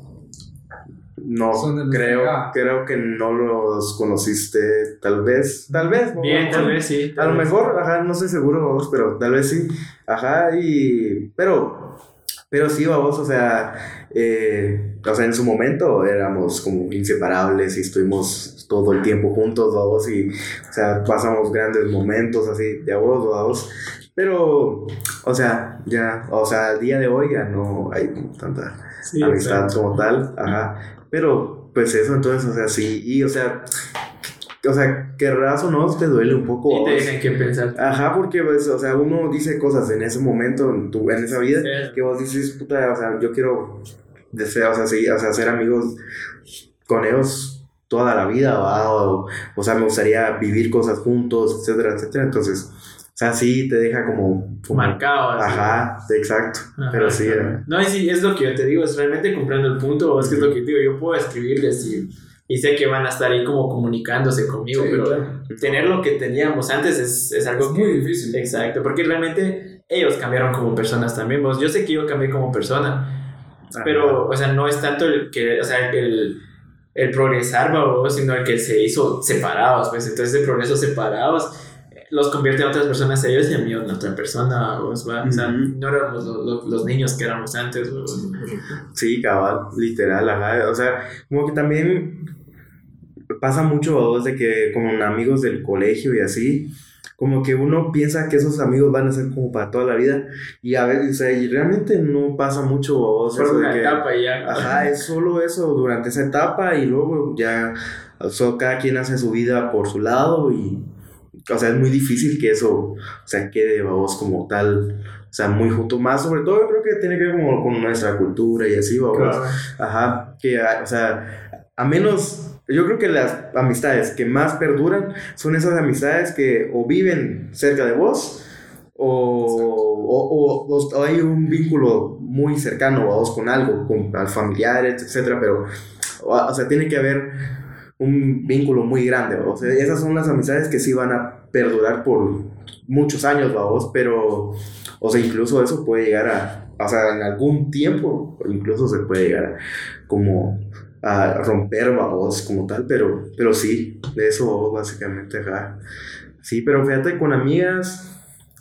No, Son de los creo, que- ah. creo que no los conociste, tal vez, tal vez. ¿no? Bien, tal vez sí. A lo mejor, ajá, no estoy seguro, vamos, pero tal vez sí. Ajá, y. Pero. Pero sí, vamos, o sea. Eh, o sea, en su momento éramos como inseparables y estuvimos todo el tiempo juntos, vamos, y. O sea, pasamos grandes momentos así, de a vos, vamos. Pero. O sea, ya. O sea, al día de hoy ya no hay tanta Sí, amistad exacto. como tal. Ajá. Pero, pues eso, entonces, o sea, sí. Y, o sea. O sea, querrás o no, te duele un poco. Y te vos. dejan que pensar. Ajá, porque, pues, o sea, uno dice cosas en ese momento, en, tu, en esa vida, Sí. que vos dices, puta, o sea, yo quiero, deseo, o sea, sí, o sea, ser amigos con ellos toda la vida, ¿va? O, o sea, me gustaría vivir cosas juntos, etcétera, etcétera. Entonces, o sea, sí te deja como... como Marcado. así. Ajá, exacto. Ajá, Pero sí, claro. eh, No, y sí, es lo que yo te digo, es realmente comprando el punto, o es que es lo que te digo, yo puedo escribirles y, y sé que van a estar ahí como comunicándose conmigo, Sí, pero claro. tener lo que teníamos antes es, es algo Es que- muy difícil. Exacto, porque realmente ellos cambiaron como personas también, vos, yo sé que yo cambié como persona, ajá. pero, o sea, no es tanto el que, o sea, el, el progresar, vos, sino el que se hizo separados, pues, entonces el progreso separados los convierte en otras personas ellos y a mí en otra persona, vos, va, o sea, Ujú. no éramos los, los, los niños que éramos antes, vos. Sí, cabal, literal, ajá. O sea, como que también pasa mucho a vos de que con amigos del colegio y así, como que uno piensa que esos amigos van a ser como para toda la vida y a veces, o sea, y realmente no pasa mucho a vos Por eso de una que, etapa y ya. ajá, es solo eso durante esa etapa y luego ya, o sea, cada quien hace su vida por su lado y, o sea, es muy difícil que eso, o sea, quede a vos como tal, o sea, muy junto, más sobre todo yo creo que tiene que ver como con nuestra cultura y así, vamos. Claro. Ajá, que, o sea, a menos, yo creo que las amistades que más perduran son esas amistades que o viven cerca de vos o, o, o, o hay un vínculo muy cercano a vos con algo, con familiares, etcétera, pero, o, o sea, tiene que haber un vínculo muy grande, o sea, esas son las amistades que sí van a perdurar por muchos años, vos, pero, o sea, incluso eso puede llegar a, o sea, en algún tiempo, incluso se puede llegar a, como a romper, vos, como tal, pero, pero sí, de eso básicamente, ajá. Sí, pero fíjate, con amigas,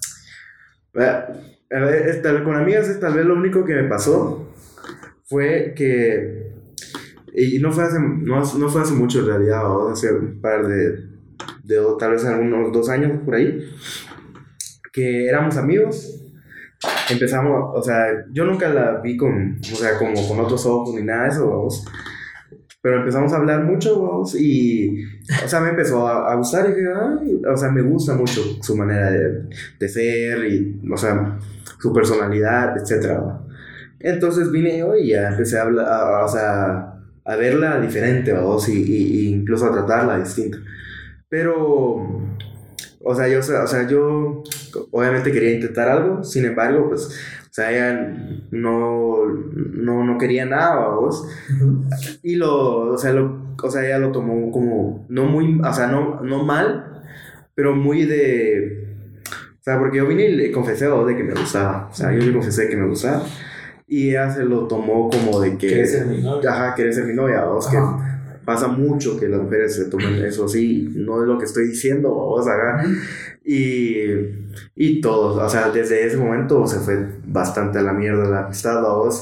eh, a ver, es tal- con amigas es tal vez lo único que me pasó fue que, y no fue hace, no, no fue hace mucho en realidad, vamos, hace un par de, de, tal vez algunos dos años por ahí, que éramos amigos. Empezamos, o sea, yo nunca la vi con, o sea, como con otros ojos ni nada de eso, vamos. Pero empezamos a hablar mucho, vamos, y, o sea, me empezó a, a gustar y dije, ay, o sea, me gusta mucho su manera de, de ser y, o sea, su personalidad, etcétera. Entonces vine yo y ya empecé a hablar, a, o sea, a verla diferente, vamos, y, y, y incluso a tratarla distinta. Pero, o sea, yo, o sea, yo obviamente quería intentar algo, sin embargo, pues, o sea, ella no, no, no quería nada, vamos. Ujú. Y lo, o sea, lo, o sea, ella lo tomó como, no muy, o sea, no, no mal, pero muy de, o sea, porque yo vine y le confesé a vos de que me gustaba, o sea, yo le confesé que me gustaba, y ella se lo tomó como de que, ¿Quieres ser mi novia? ajá, querés ser mi novia, vos, que Ajá. pasa mucho que las mujeres se tomen eso así, no es lo que estoy diciendo, vos, acá. Y, y todo, o sea, desde ese momento se fue bastante a la mierda la amistad, vos.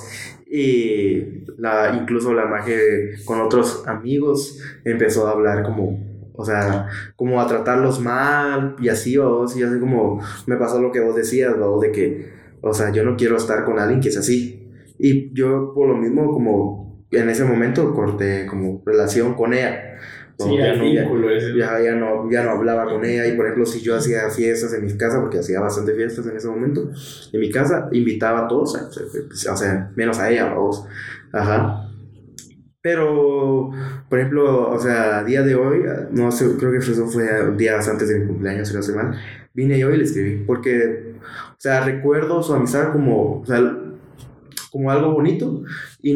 Y la, incluso la magia con otros amigos empezó a hablar como, o sea, como a tratarlos mal y así, vos. Y así como me pasó lo que vos decías, vos, de que, o sea, yo no quiero estar con alguien que es así. Y yo por lo mismo, como en ese momento corté como relación con ella. Sí, ya el no, ya, vínculo ese. ya, ya no, ya no hablaba con ella. Y por ejemplo, si yo hacía fiestas en mi casa, porque hacía bastante fiestas en ese momento, en mi casa invitaba a todos, o sea, o sea, menos a ella, vamos. Ajá. Pero, por ejemplo, o sea, a día de hoy, no sé, creo que eso fue días antes de mi cumpleaños, si no sé mal, vine yo y le escribí, porque, o sea, recuerdo su amistad como, o sea, como algo bonito y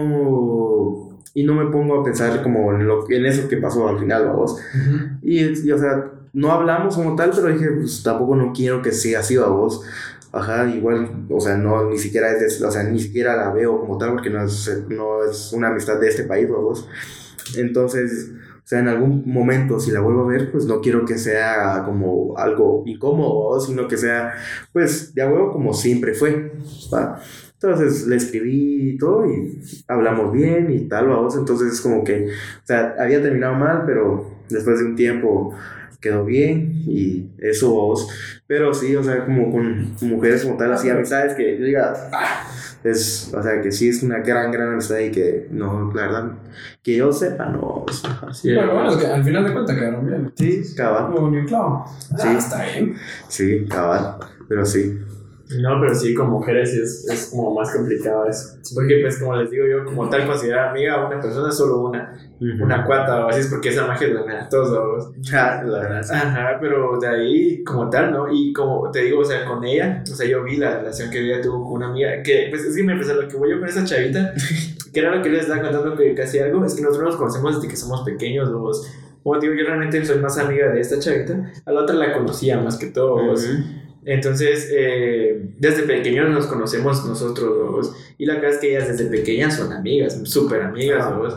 no, y no me pongo a pensar como en, lo, en eso que pasó al final, vamos. Uh-huh. Y, y, o sea, no hablamos como tal, pero dije, pues tampoco no quiero que sea así, vamos. Ajá, igual, o sea, no, ni siquiera es de, o sea, ni siquiera la veo como tal, porque no es, no es una amistad de este país, vamos. Entonces, o sea, en algún momento, si la vuelvo a ver, pues no quiero que sea como algo incómodo, sino que sea, pues, de a huevo como siempre fue, ¿va? Entonces le escribí y todo y hablamos bien y tal, vamos. Entonces es como que, o sea, había terminado mal, pero después de un tiempo quedó bien y eso, vamos. Pero sí, o sea, como con mujeres como tal, así amistades que yo diga, ah, es, o sea, que sí es una gran, gran amistad y que no, la verdad, que yo sepa, no. Así bueno, bueno, es que al final de cuentas quedaron bien. Sí, cabal. Como un clavo. Sí, ah, está bien. Sí, cabal, pero sí. No, pero sí, con mujeres es, es como más complicado eso. Porque, pues, como les digo yo, como tal, considerar amiga a una persona solo una, uh-huh. una cuata o así, es porque esa magia es la mera, todos los. Ya, la verdad. Ajá, pero de ahí, como tal, ¿no? Y como te digo, o sea, con ella, o sea, yo vi la relación que ella tuvo con una amiga, que, pues, es que me empezó lo que voy yo con esa chavita, que era lo que les estaba contando que casi algo, es que nosotros nos conocemos desde que somos pequeños, los. Como te digo, yo realmente soy más amiga de esta chavita, a la otra la conocía más que todos. Uh-huh. Entonces, eh, desde pequeños nos conocemos nosotros dos. Y la verdad es que ellas desde pequeñas son amigas, súper amigas, ¿vos?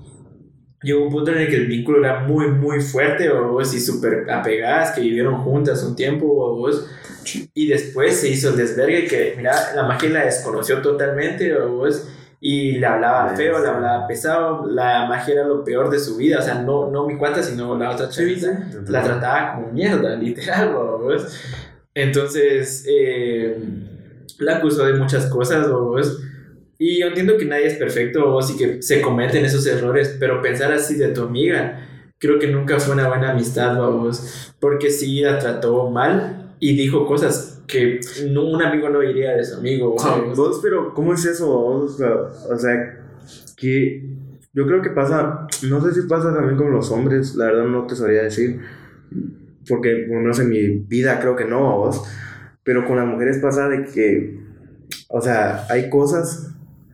Llegó un punto en el que el vínculo era muy, muy fuerte, ¿vos? Y súper apegadas, que vivieron juntas un tiempo, ¿vos? Y después se hizo el desvergue que, mira, la magia la desconoció totalmente, ¿vos? Y le hablaba feo, le hablaba pesado. La magia era lo peor de su vida. O sea, no, no mi cuata, sino la otra chavita. La trataba como mierda, literal, ¿vos? Entonces, eh, la acusó de muchas cosas, vos. Y yo entiendo que nadie es perfecto, vos, y que se cometen esos errores, pero pensar así de tu amiga, creo que nunca fue una buena amistad, vos, porque sí la trató mal y dijo cosas que no, un amigo no diría de su amigo, vos. Sí, vos, pero ¿cómo es eso, vos? O sea, o sea, que yo creo que pasa, no sé si pasa también con los hombres, la verdad no te sabría decir. Porque, bueno, no sé, en mi vida creo que no, vos. Pero con las mujeres pasa de que, o sea, hay cosas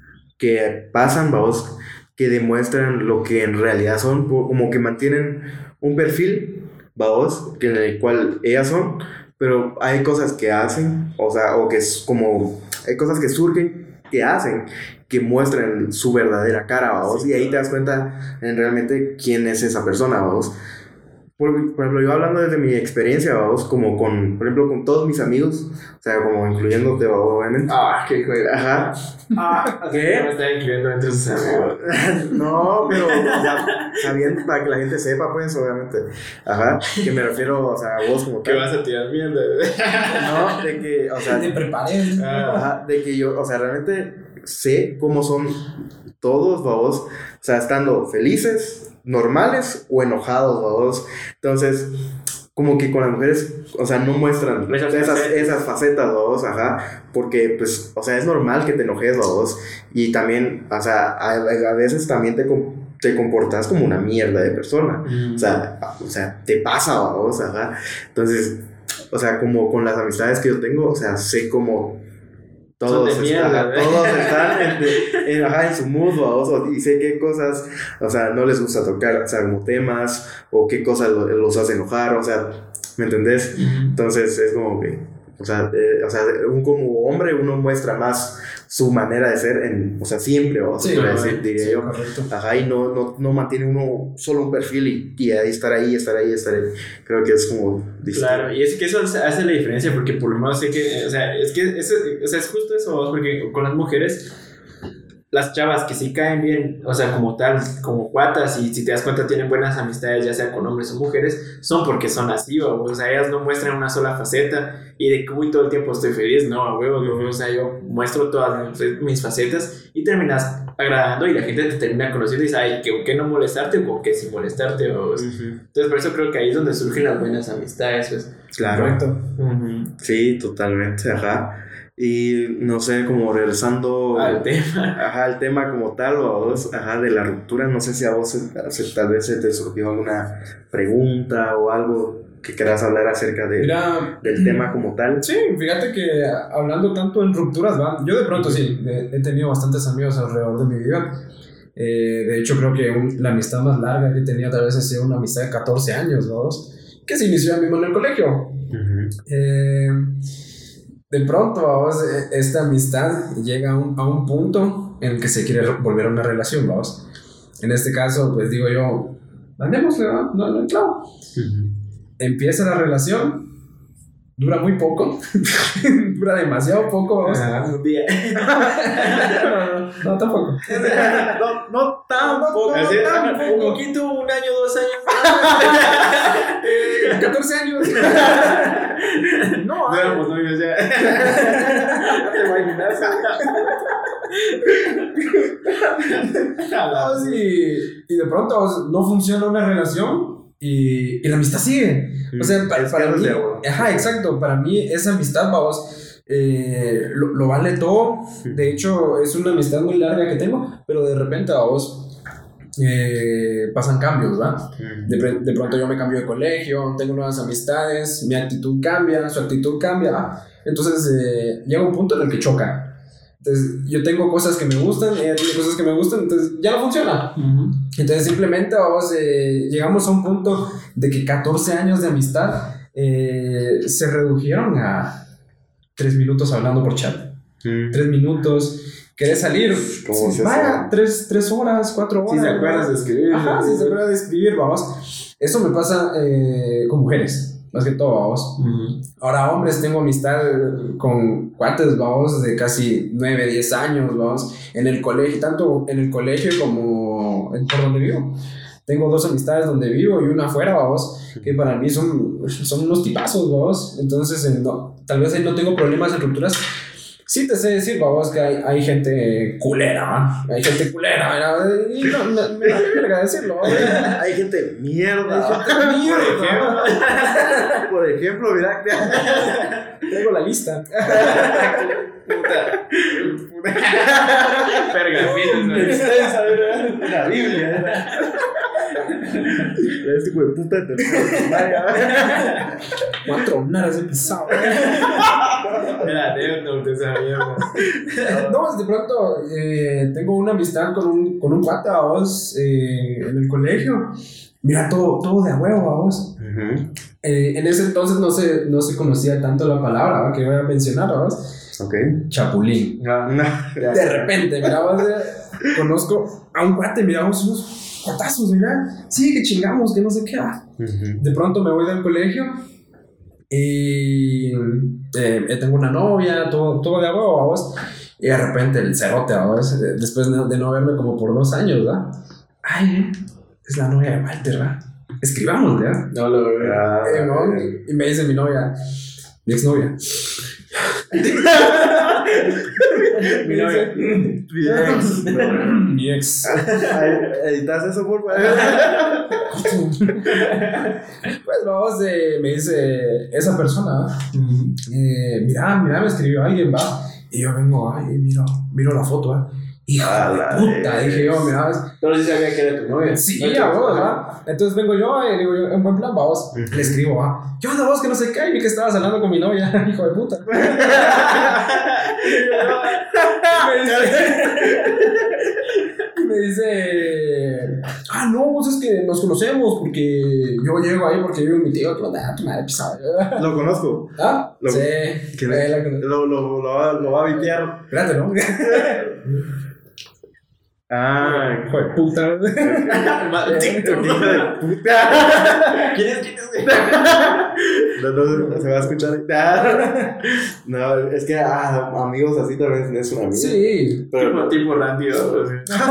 que pasan, vos, que demuestran lo que en realidad son, como que mantienen un perfil, vos, que en el cual ellas son, pero hay cosas que hacen, o sea, o que es como, hay cosas que surgen, que hacen, que muestran su verdadera cara, vos, y ahí te das cuenta en realmente quién es esa persona, vos. Por, por ejemplo, yo hablando desde mi experiencia, vamos, como con, por ejemplo, con todos mis amigos, o sea, como incluyéndote, obviamente. Ah, qué juego. Ajá. Ah, ¿qué? Me está incluyendo entre sus amigos. No, pero, o sea, sabiendo para que la gente sepa, pues, obviamente. Ajá, que me refiero, o sea, a vos como tal. Que vas a tirar mierda. No, de que, o sea. Te preparé. Ajá, de que yo, o sea, realmente sé cómo son todos, vamos, o sea, estando felices, normales o enojados, vos. Entonces, como que con las mujeres, o sea, no muestran esas, esas, esas facetas, vos, ajá, porque, pues, o sea, es normal que te enojes, vos, y también, o sea, a, a veces también te, te comportas como una mierda de persona, mm. o sea, o sea, te pasa, vos, ajá, entonces, o sea, como con las amistades que yo tengo, o sea, sé cómo todos, mierda, están, todos están en, en, ajá, en su mood, ¿no? Y sé qué cosas, o sea, no les gusta tocar, o sea, como temas, o qué cosas los, los hace enojar, o sea, ¿me entendés? Uh-huh. Entonces es como que, o sea, eh, o sea, un, como hombre uno muestra más su manera de ser, en, o sea, siempre, o sea, sí, decir, diría sí, yo, correcto. Ajá, y no, no, no mantiene uno solo un perfil y, y ahí estar ahí, estar ahí, estar ahí, creo que es como distinto. Claro, y es que eso hace la diferencia, porque por lo menos sé que, o sea, es que, es, o sea, es justo eso, porque con las mujeres, las chavas que sí caen bien, o sea, como tal, como cuatas, y si te das cuenta tienen buenas amistades, ya sea con hombres o mujeres, son porque son así, o sea, ellas no muestran una sola faceta, y de que muy todo el tiempo estoy feliz, no, a huevos, uh-huh. o sea, yo muestro todas mis facetas, y terminas agradando, y la gente te termina conociendo, y dice, ay, ¿con qué no molestarte, o con qué sin molestarte, o, uh-huh. Entonces, por eso creo que ahí es donde surgen las buenas amistades, pues. Claro. Correcto. Uh-huh. Sí, totalmente, ajá. Y no sé, como regresando al tema. Ajá, al tema como tal, o a vos, ajá, de la ruptura, no sé si a vos se- se- tal vez se te surgió alguna pregunta o algo que quieras hablar acerca de, Mira, del tema como tal. sí, fíjate que hablando tanto en rupturas, va, yo de pronto sí, he, he tenido bastantes amigos alrededor de mi vida. Eh, de hecho, creo que un- la amistad más larga que he tenido tal vez ha sido una amistad de catorce años, ¿no? Que se inició mismo en el colegio. Ujú. Eh, de pronto, vamos, eh, esta amistad llega a un, a un punto en el que se quiere volver a una relación, vamos. En este caso, pues digo yo, andémosle, ¿va? No, no, claro. Ujú. Empieza la relación, dura muy poco, dura demasiado poco, vamos. Ah, un día. no, no, no, tampoco. No, no tampoco. Así, tampoco. un poquito, un año, dos años. Eh, catorce años. no, No éramos novios ya. ¿te imaginas? Vamos, y, y de pronto vamos, no funciona una relación y, y la amistad sigue. O sea, pa- Es para que mí, no sé, bueno. ajá, exacto, para mí esa amistad, vamos, eh, lo, lo vale todo. De hecho, es una amistad muy larga que tengo, pero de repente, vamos, eh, pasan cambios, ¿va? De, pre- de pronto yo me cambio de colegio, tengo nuevas amistades, mi actitud cambia, su actitud cambia, ¿va? Entonces eh, llega un punto en el que choca. Entonces yo tengo cosas que me gustan, ella tiene cosas que me gustan, entonces ya no funciona. Entonces simplemente vamos, eh, llegamos a un punto de que catorce años de amistad eh, se redujeron a tres minutos hablando por chat. Mm. Tres minutos, ¿querés salir? ¿Cómo Sí, se vaya, hace? tres, tres horas, cuatro horas. Si se acuerdas de escribir. Ajá, si se acuerda de escribir, vamos. Eso me pasa eh, con mujeres, más que todo, vamos. Ahora, hombres, tengo amistad con cuates, vamos, de casi nueve, diez años, vamos, en el colegio, tanto en el colegio como en, por donde vivo. Tengo dos amistades donde vivo y una afuera, vamos, que para mí son, son unos tipazos, vamos. Entonces, eh, no, tal vez ahí no tengo problemas en rupturas. Sí te sé decir, vamos, que hay, hay gente culera, ¿va? Hay gente culera, ¿verdad? Y no, me, me da verga decirlo, ¿va? Hay gente mierda. Hay gente mierda. Por ejemplo, mira. Tengo la lista. Puta. Pergaminos, ¿no? Extensa, ¿verdad? La Biblia. ¿verdad? Este hijo de puta de tercera. Cuatro naras de pisado. Era Death Note esa mierda. No, de pronto eh, tengo una amistad con un, con un pata, vos, eh, en el colegio. Mira, todo, todo de a huevo, vos. Ujú. Eh, en ese entonces no se, no se conocía tanto la palabra, ¿va? Que voy a mencionar, vos. Ok. Chapulín. No, No. De repente, mira, vos, eh, conozco a un cuate, mira, vos, unos cuatazos, mira. Sí, que chingamos, que no sé qué, va. Ujú. De pronto me voy del colegio y eh, tengo una novia, todo, todo de a huevo, vamos. Y de repente el cerote, vamos, después de, de no verme como por dos años, ¿verdad? Ay, es la novia de Walter, ¿verdad? Escribamos, ¿verdad? no lo veo. Ah, Eh, no, eh. y me dice mi novia, mi exnovia. Mi novia. Mi ex. No. Mi ex. Ay, ¿editas eso, por favor? Pues vamos, eh, me dice esa persona, eh, mira, mira, me escribió alguien, va. Y yo vengo, ay, miro, miro la foto, ¿eh? Hijo A de la puta, vez. dije yo, mira, ¿ves? Pero sí sabía que era tu novia. Sí, No te- a vos, ¿verdad? Entonces vengo yo y digo yo, en buen plan, vamos. Le escribo, ¿va? ¿Qué onda vos? Que no sé qué, y vi que estabas hablando con mi novia, hijo de puta. me dice, me dice, ah, no, vos es que nos conocemos porque yo llego ahí porque vivo mi tío, que onda, tu madre pisada. Lo conozco. ¿Ah? Lo- Sí. ¿Quién Eh, es? la conozco. Lo, lo, lo, va, lo va a vitear. Espérate, ¿no? Ah, Hijo de puta. Maldito. hijo de puta. ¿Quién es? ¿Quién es? No, no, no se va a escuchar. Ah. No, es que ah, amigos así también es un amigo. Sí. Pero Tipo, tipo Randy, ¿no?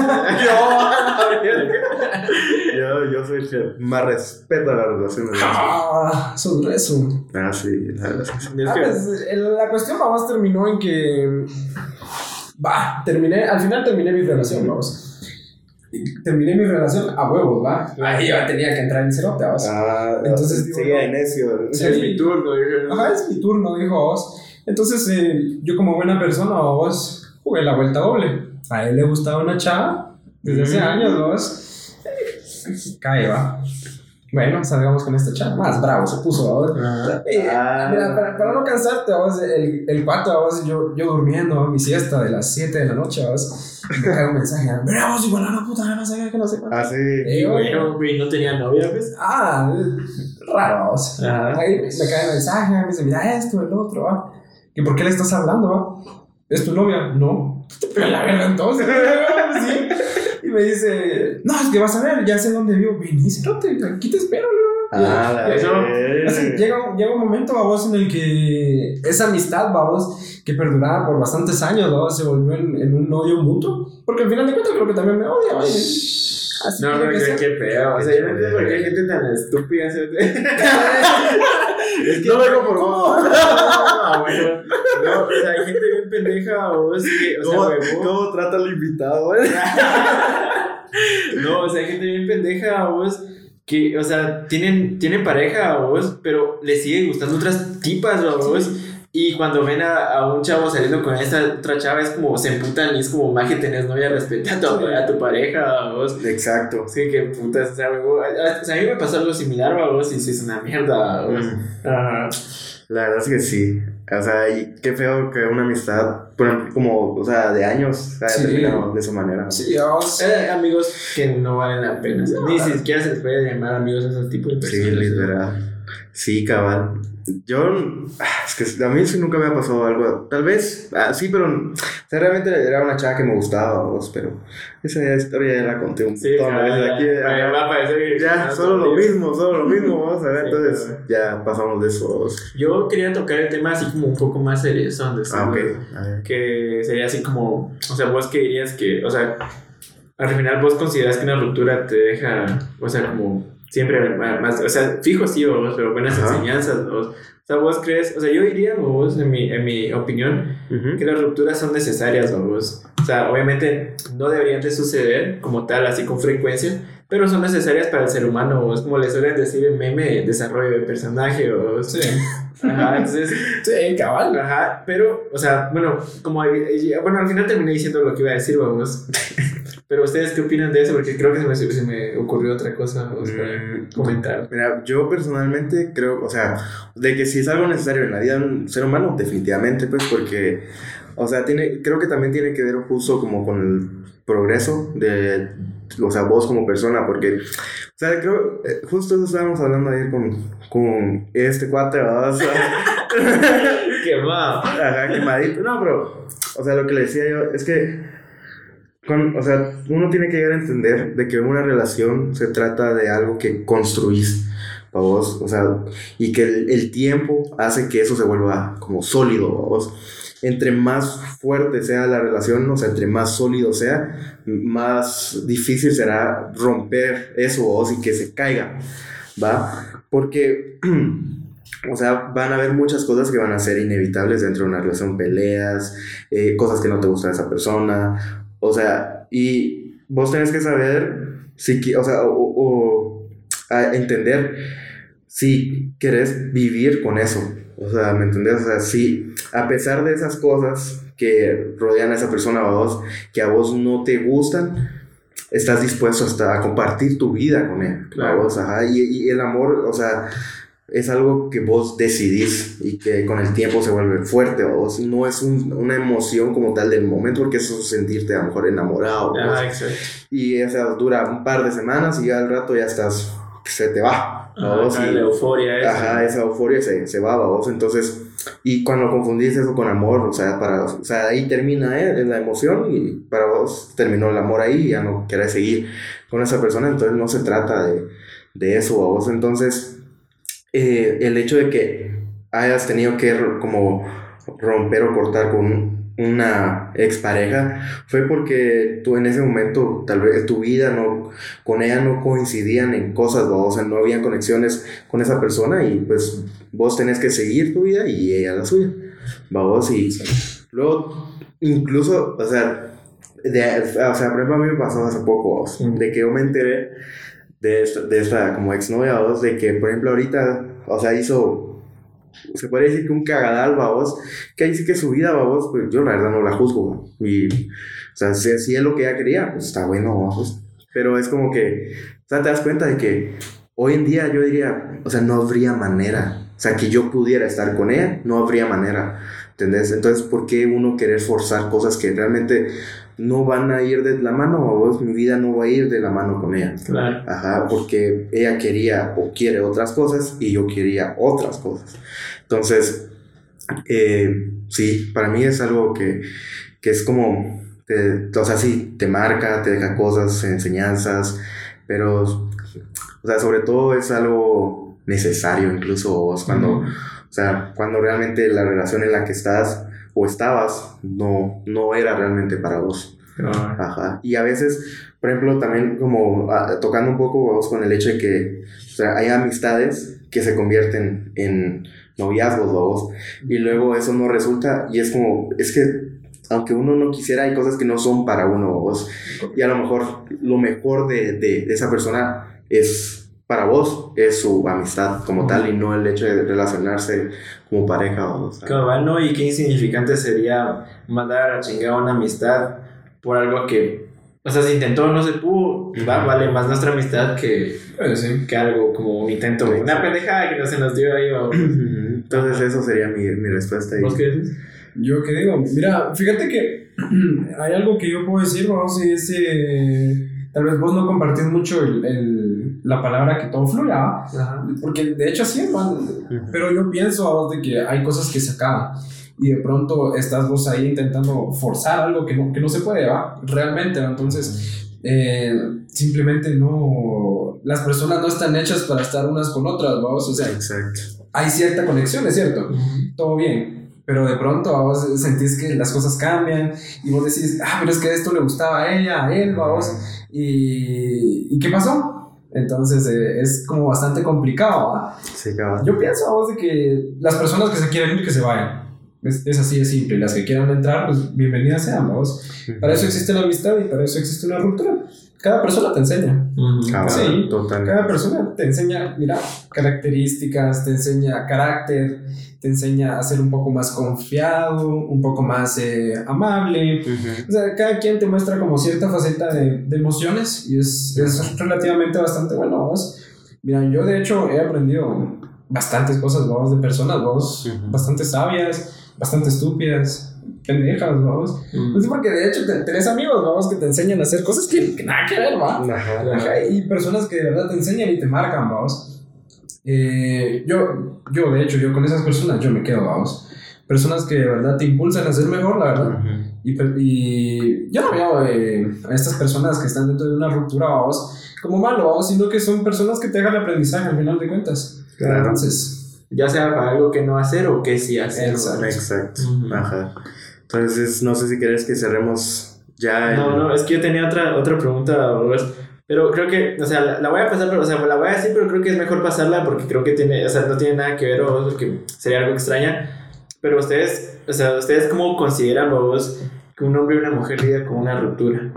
yo, yo soy el que más respeta las relaciones. Ah, sobre eso. Ah, sí, la verdad es que sí. Es Ah, que- pues, el- la cuestión, vamos, terminó en que. Va, terminé, al final terminé mi relación, vamos. Y terminé mi relación a huevos, va. Ahí ya tenía que entrar en cerote, vamos. Ah, Entonces, digo, sigue no. de necio. Sí, es mi turno. dije, ¿no? Ajá, es mi turno, dijo vos. Entonces, eh, yo como buena persona, vos, jugué la vuelta doble. A él le gustaba una chava desde hace años, vos. Cae, va. Bueno, salgamos con esta chava. Más bravo se puso, vos. Ah. Eh, mira, para, para no cansarte, vos, el, el pato, vos, yo, yo durmiendo, mi siesta de las siete de la noche, vos, me cae un mensaje. Mira, vos, igual a la puta, no sé qué, no sé cuánto. Ah, sí. Eh, Bueno, güey, no tenía novia, pues. Ah, raro, vos. Ajá. Ahí me cae el mensaje, me dice, mira esto, el otro, va. ¿Y por qué le estás hablando, va? ¿Es tu novia? No. Pero la verga, entonces. Sí. Y me dice, no, es que vas a ver, ya sé dónde vivo. Vení, espérate, aquí te espero, ¿no? Ah, la eso, Así, llega, llega un momento, babos, en el que esa amistad, babos, que perduraba por bastantes años, babos, se volvió en, en un odio muto. Porque al final de cuentas creo que también me odia, ¿vale? Así no, tiene pero que qué, ser. qué feo. O sea, yo no entiendo por qué hay gente tan estúpida. Es que no vengo por vos. No, bueno. No, o sea, hay gente bien pendeja o es que, o sea, ¿Cómo, huevón. ¿Cómo trata al invitado, eh? No, o sea, hay gente bien pendeja vos que, o sea, tienen, tienen pareja vos, pero les sigue gustando otras tipas vos. Y cuando ven a, a un chavo saliendo con esta otra chava, es como se emputan y es como, maje, tenés novia, respeta a tu, a tu pareja, vos. Exacto. Sí, que putas, o sea, huevón. O sea, a mí me pasó algo similar, vos, y sí es una mierda, vos. Mm. Ajá. La verdad es que sí. O sea, y qué feo que una amistad, por ejemplo, como, o sea, de años, haya Sí. terminado de esa manera. Sí, babos. Eh, amigos que no valen la pena. O sea, ni siquiera se les puede llamar amigos a ese tipo de Sí, personas. literal. Sí, cabal. Yo, ah, es que a mí sí nunca me ha pasado algo. Tal vez, ah, sí, pero, o sea, realmente era una chava que me gustaba, vos, pero esa historia ya la conté un Sí, montón de veces ya, aquí. ya, ajá. va a parecer que- Ya, ah, solo lo todo bien. mismo, solo lo mismo, vamos a ver, Sí, entonces claro. ya pasamos de eso, vos. Yo quería tocar el tema así como un poco más serio, ¿sabes? Ah, ok. A ver. Que sería así como, o sea, vos que dirías que, o sea, al final vos consideras que una ruptura te deja, o sea, como siempre más, o sea, fijo sí, vos, pero buenas Ajá. enseñanzas, vos. O sea, vos crees, o sea, yo diría, vos, en mi, en mi opinión, Ujú. que las rupturas son necesarias, vos. O sea, obviamente no deberían de suceder como tal, así con frecuencia, pero son necesarias para el ser humano, vos. Como le suelen decir en meme, desarrollo de personaje, vos. Sí. Ajá, entonces, Sí, cabal. ajá, pero, o sea, bueno, como, bueno, al final terminé diciendo lo que iba a decir, vamos. Pero ustedes, ¿qué opinan de eso? Porque creo que se me, se me ocurrió otra cosa, vamos, para Mm, comentar. Mira, yo personalmente creo, o sea, de que si es algo necesario en la vida de un ser humano, definitivamente, pues, porque, o sea, tiene, creo que también tiene que ver justo como con el progreso de, o sea, vos como persona, porque, o sea, creo, eh, justo eso estábamos hablando ayer con, con este cuate, ¿verdad? O sea, ¡Qué va! ajá, quemadito, no, pero, o sea, lo que le decía yo es que, con, o sea, uno tiene que llegar a entender de que una relación se trata de algo que construís para vos, o sea, y que el, el tiempo hace que eso se vuelva como sólido para vos. Entre más fuerte sea la relación, o sea, entre más sólido sea, más difícil será romper eso vos y que se caiga, ¿va? Porque, o sea, van a haber muchas cosas que van a ser inevitables dentro de una relación, peleas, eh, cosas que no te gustan de esa persona. O sea, y vos tenés que saber, si, qui- o sea, o, o a entender si querés vivir con eso. O sea, ¿me entendés? O sea, si a pesar de esas cosas que rodean a esa persona a vos, que a vos no te gustan, estás dispuesto hasta a compartir tu vida con él. Claro. ¿A vos? Ajá. Y, y el amor, o sea, es algo que vos decidís y que con el tiempo se vuelve fuerte, o no es un, una emoción como tal del momento, porque eso es sentirte a lo mejor enamorado, ¿no? Ah, exacto. Y o sea, dura un par de semanas y ya al rato ya estás, se te va, ¿no? Ajá, Y- la euforia esa. ajá, esa euforia se, se va, vos. Entonces, y cuando confundís eso con amor, o sea, para, o sea, ahí termina eh, la emoción y para vos terminó el amor ahí y ya no querés seguir con esa persona, entonces no se trata de, de eso, vos. Entonces, eh, el hecho de que hayas tenido que ro- como romper o cortar con una expareja fue porque tú en ese momento tal vez tu vida no con ella no coincidían en cosas, ¿va? O sea, no habían conexiones con esa persona y pues vos tenés que seguir tu vida y ella la suya, ¿va? Vos y luego incluso, o sea, de, o sea, por ejemplo a mí me pasó hace poco, vos, de que yo me enteré de esta, de esta como exnovia, vos, de que por ejemplo ahorita, o sea, hizo se podría decir que un cagadal, babos, que ahí sí que su vida, babos, pues yo la verdad no la juzgo, y, o sea, si, si es lo que ella quería, pues está bueno, babos, pero es como que, o sea, te das cuenta de que hoy en día yo diría, o sea, no habría manera, o sea, que yo pudiera estar con ella, no habría manera, ¿entendés? Entonces, ¿por qué uno querer forzar cosas que realmente no van a ir de la mano, babos? Mi vida no va a ir de la mano con ella. Claro. Ajá, porque ella quería o quiere otras cosas y yo quería otras cosas. Entonces, eh, sí, para mí es algo que, que es como, te, o sea, sí, te marca, te deja cosas, enseñanzas, pero, o sea, sobre todo es algo necesario, incluso vos, cuando, uh-huh. o sea, cuando realmente la relación en la que estás o estabas no, no era realmente para vos. Uh-huh. Ajá, y a veces, por ejemplo, también como a, tocando un poco vos con el hecho de que, o sea, hay amistades que se convierten en noviazgos, vos, y luego eso no resulta, y es como, es que aunque uno no quisiera, hay cosas que no son para uno, vos, y a lo mejor lo mejor de, de, de esa persona es para vos, es su amistad como uh-huh. tal, y no el hecho de relacionarse como pareja, vos. Cabal, ¿no? Y qué insignificante sería mandar a chingar una amistad por algo que, o sea, se intentó, no se pudo, va, vale más nuestra amistad que, eh, sí. que algo como un intento, sí. una pendejada que no se nos dio ahí, vamos. Entonces eso sería mi, mi respuesta. ¿Vos qué dices? Yo qué digo, mira, fíjate que hay algo que yo puedo decir, vamos, y es, eh, tal vez vos no compartís mucho el, el, la palabra que todo fluya, ajá. porque de hecho sí, man, uh-huh. pero yo pienso a vos de que hay cosas que se acaban. Y de pronto estás vos ahí intentando forzar algo que no, que no se puede, ¿va? Realmente, ¿no? Entonces, eh, simplemente no... Las personas no están hechas para estar unas con otras, ¿vamos? O sea, exacto. Hay cierta conexión, es cierto, uh-huh. todo bien, pero de pronto vos sentís que las cosas cambian y vos decís, ah, pero es que esto le gustaba a ella, a él, ¿vamos? Uh-huh. Y, ¿y qué pasó? Entonces eh, es como bastante complicado, ¿va? Sí, claro. Yo pienso, vamos, de que las personas que se quieren ir, que se vayan. Es, es así de simple. Las que quieran entrar, pues bienvenidas sean, vamos. Uh-huh. Para eso existe la amistad y para eso existe una ruptura. Cada persona te enseña. Uh-huh. Cada, sí, totalmente. Cada persona te enseña, mira, características, te enseña carácter, te enseña a ser un poco más confiado, un poco más eh, amable. Uh-huh. O sea, cada quien te muestra como cierta faceta de, de emociones y es, es relativamente bastante bueno, vamos. Mira, yo de hecho he aprendido bastantes cosas, vamos, de personas, vamos, uh-huh. bastante sabias, bastante estúpidas, pendejas, vamos. Mm. No sé, porque de hecho te, tenés amigos, vamos, que te enseñan a hacer cosas que, que nada que ver, ¿va? Ajá, ajá. Y personas que de verdad te enseñan y te marcan, vamos. Eh, yo, yo, de hecho, yo con esas personas, yo me quedo, vamos. Personas que de verdad te impulsan a ser mejor, la verdad. Uh-huh. Y, y yo no veo eh, a estas personas que están dentro de una ruptura, vamos, como malo, vamos, sino que son personas que te hagan el aprendizaje al final de cuentas. Claro. Entonces... Ya sea para algo que no hacer o que sí hacer. Exacto. Exacto. Uh-huh. Ajá. Entonces, no sé si querés que cerremos ya. El... No, no, es que yo tenía otra, otra pregunta, Robert. Pero creo que, o sea, la, la voy a pasar, pero, o sea, la voy a decir, pero creo que es mejor pasarla porque creo que tiene, o sea, no tiene nada que ver, o porque sería algo extraña. Pero ustedes, o sea, ¿ustedes cómo consideran, vos, que un hombre y una mujer lidian con una ruptura?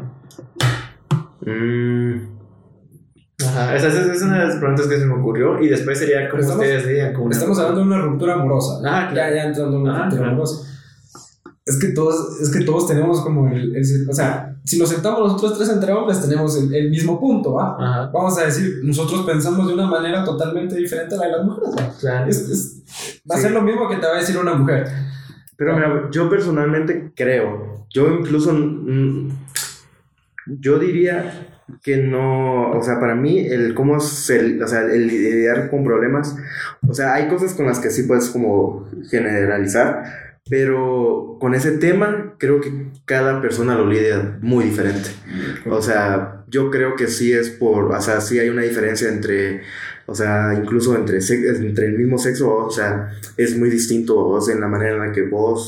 Mmm. Ajá, esa es una de las preguntas que se me ocurrió. Y después sería cómo estamos, ustedes lidian con una Estamos hablando de una ruptura amorosa. Ah, claro. Ya, ya entrando en una ah, ruptura claro. amorosa. Es que, todos, es que todos tenemos como el, el... O sea, si nos sentamos nosotros tres entre hombres, tenemos el, el mismo punto, ¿va? Ajá. Vamos a decir, nosotros pensamos de una manera totalmente diferente a la de las mujeres, ¿va? Claro. Es, es, va sí. a ser lo mismo que te va a decir una mujer. Pero mira, yo personalmente creo, yo incluso... Mm, yo diría... que no, o sea, para mí el cómo se, o sea, el lidiar con problemas, o sea, hay cosas con las que sí puedes como generalizar, pero con ese tema creo que cada persona lo lidia muy diferente. O sea, yo creo que sí es por, o sea, sí hay una diferencia entre, o sea, incluso entre, entre el mismo sexo, o sea, es muy distinto, o sea, en la manera en la que vos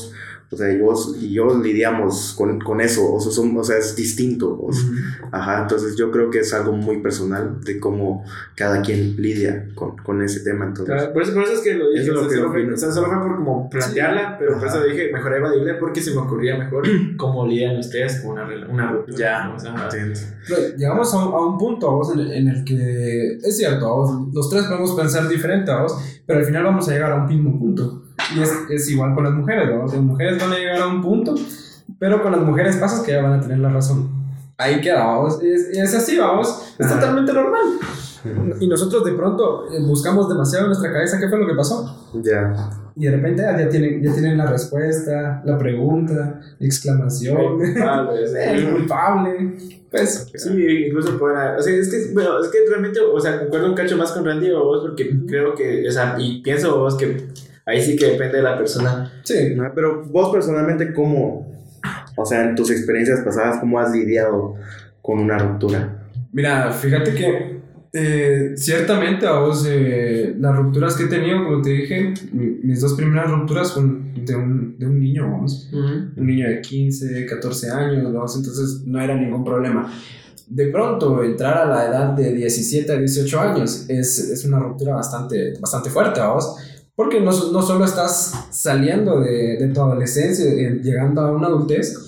O sea, y vos y yo lidiamos con, con eso, o sea, son, o sea, es distinto. O sea, uh-huh. Ajá, entonces yo creo que es algo muy personal de cómo cada quien lidia con, con ese tema. Entonces, claro, por, eso, por eso es que lo dije, eso o sea, es lo que solo, fue, opino. o sea, solo fue por como plantearla, sí. Pero ajá. Por eso dije, mejor evadirle porque se me ocurría mejor cómo lidian ustedes con una, una ruptura. Ya, o sea, pero llegamos a un, a un punto vos, en, en el que es cierto, vos, los tres podemos pensar diferente, vos, pero al final vamos a llegar a un mismo punto. Y es, es igual con las mujeres, ¿no? Las mujeres van a llegar a un punto, pero con las mujeres pasa que ya van a tener la razón. Ahí queda, vamos. Es, es así, vamos. Es ajá. Totalmente normal. Y nosotros de pronto buscamos demasiado en nuestra cabeza qué fue lo que pasó. Ya. Yeah. Y de repente ya tienen, ya tienen la respuesta, la pregunta, exclamación. Es culpable. Es culpable. Pues, sí, incluso pueden. O sea, es que, bueno, es que realmente, o sea, concuerdo un cacho más con Randy o vos, porque uh-huh. Creo que, o sea, y pienso vos que ahí sí que depende de la persona. Sí. No, pero vos personalmente, ¿cómo? O sea, en tus experiencias pasadas, ¿cómo has lidiado con una ruptura? Mira, fíjate que eh, ciertamente a vos eh, las rupturas que he tenido, como te dije, mi, mis dos primeras rupturas fueron de un, de un niño, vamos, uh-huh. Un niño de quince, catorce años, vamos, entonces no era ningún problema. De pronto entrar a la edad de diecisiete a dieciocho años es, es una ruptura bastante, bastante fuerte, vamos, porque no, no solo estás saliendo de, de tu adolescencia, eh, llegando a una adultez.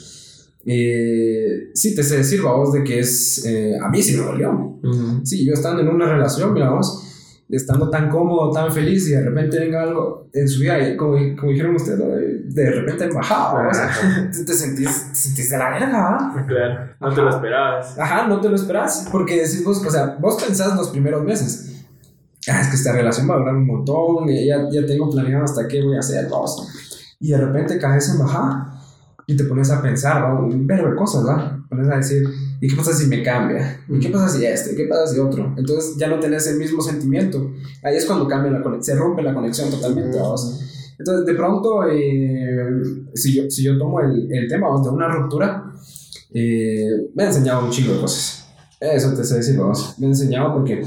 Eh, sí, te sé decir, vamos, de que es eh, a mí sí me dolió. Uh-huh. Sí, yo estando en una relación, mira vos, estando tan cómodo, tan feliz, y de repente venga algo en su vida, y como, como dijeron ustedes, de repente en bajada, vamos, te, te sentís, sentís de la verga. Claro, no ajá. Te lo esperabas. Ajá, no te lo esperabas, porque decís vos, o sea, vos pensás los primeros meses, ah, es que esta relación va a durar un montón, ya, ya tengo planeado hasta qué voy a hacer, vos, y de repente caes en bajada. Y te pones a pensar, ¿no? Un verbo de cosas, ¿no? Pones a decir, ¿y qué pasa si me cambia? ¿Y qué pasa si este? ¿Y qué pasa si otro? Entonces ya no tenés el mismo sentimiento. Ahí es cuando cambia la conexión, se rompe la conexión totalmente, ¿no? Entonces, de pronto, eh, si, yo, si yo tomo el, el tema, ¿no? De una ruptura, eh, me ha enseñado un chingo de cosas. Eso te sé decir, ¿no? Me ha enseñado porque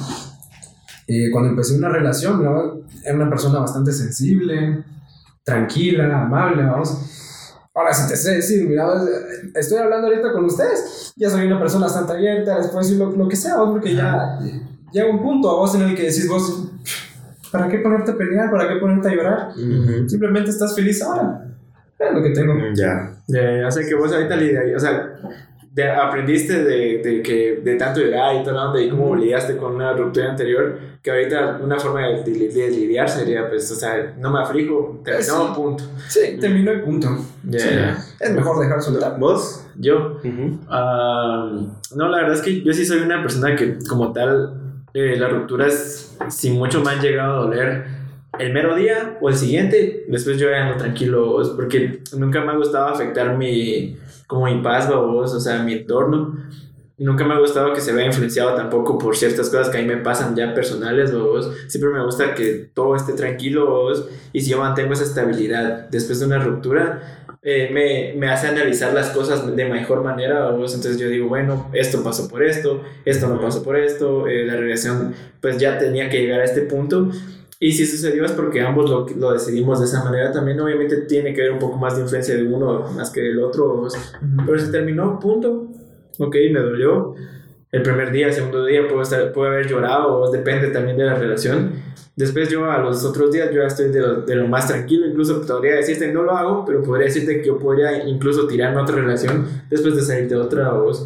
eh, cuando empecé una relación, ¿no? Era una persona bastante sensible, tranquila, amable, vamos. Ahora, si te sé decir, mira, estoy hablando ahorita con ustedes, ya soy una persona bastante abierta, les puedo decir lo, lo que sea, ¿vos? Porque ya llega un punto a vos en el que decís vos, ¿para qué ponerte a pelear? ¿Para qué ponerte a llorar? Uh-huh. Simplemente estás feliz ahora. Es lo que tengo. Ya. Yeah. O sea, que vos ahorita lidias, o sea, de, aprendiste de, de, que, de tanto llorar y todo, de cómo lidiaste con una ruptura anterior, que ahorita una forma de, de, de lidiar sería, pues, o sea, no me aflijo, terminó, sí. Punto. Sí, terminó el punto. Yeah. Sí. Es mejor dejar soltar. ¿Vos? Yo. Uh-huh. Uh, no, la verdad es que yo sí soy una persona que, como tal, eh, las rupturas, si mucho me han llegado a doler el mero día o el siguiente, después yo ando tranquilo, porque nunca me ha gustado afectar mi, como mi paz, vos, o sea, mi entorno. Nunca me ha gustado que se vea influenciado tampoco por ciertas cosas que a mí me pasan ya personales, vos. Siempre me gusta que todo esté tranquilo, vos. Y si yo mantengo esa estabilidad después de una ruptura, eh, me, me hace analizar las cosas de mejor manera, vos. Entonces yo digo, bueno, esto pasó por esto, esto no pasó por esto, eh, la relación pues ya tenía que llegar a este punto. Y si sucedió es porque ambos lo, lo decidimos de esa manera. También obviamente tiene que haber un poco más de influencia de uno más que del otro, vos. Pero se terminó, punto. Ok, me dolió el primer día, el segundo día puedo, estar, puedo haber llorado, depende también de la relación. Después yo a los otros días yo ya estoy de lo, de lo más tranquilo, incluso podría decirte no lo hago, pero podría decirte que yo podría incluso tirarme a otra relación después de salir de otra, vos.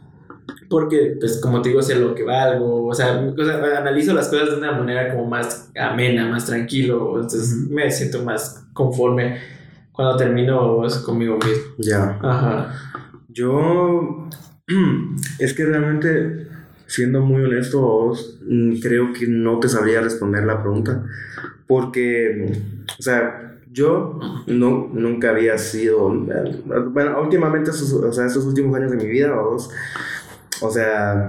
Porque pues como te digo, sé lo que valgo, o sea, o sea, analizo las cosas de una manera como más amena, más tranquilo, entonces me siento más conforme cuando termino vos conmigo mismo. Ya. Ajá. Yo... Es que realmente, siendo muy honesto, vos, creo que no te sabría responder la pregunta. Porque, o sea, yo no, nunca había sido... Bueno, últimamente, esos, o sea, estos últimos años de mi vida, vos, o sea,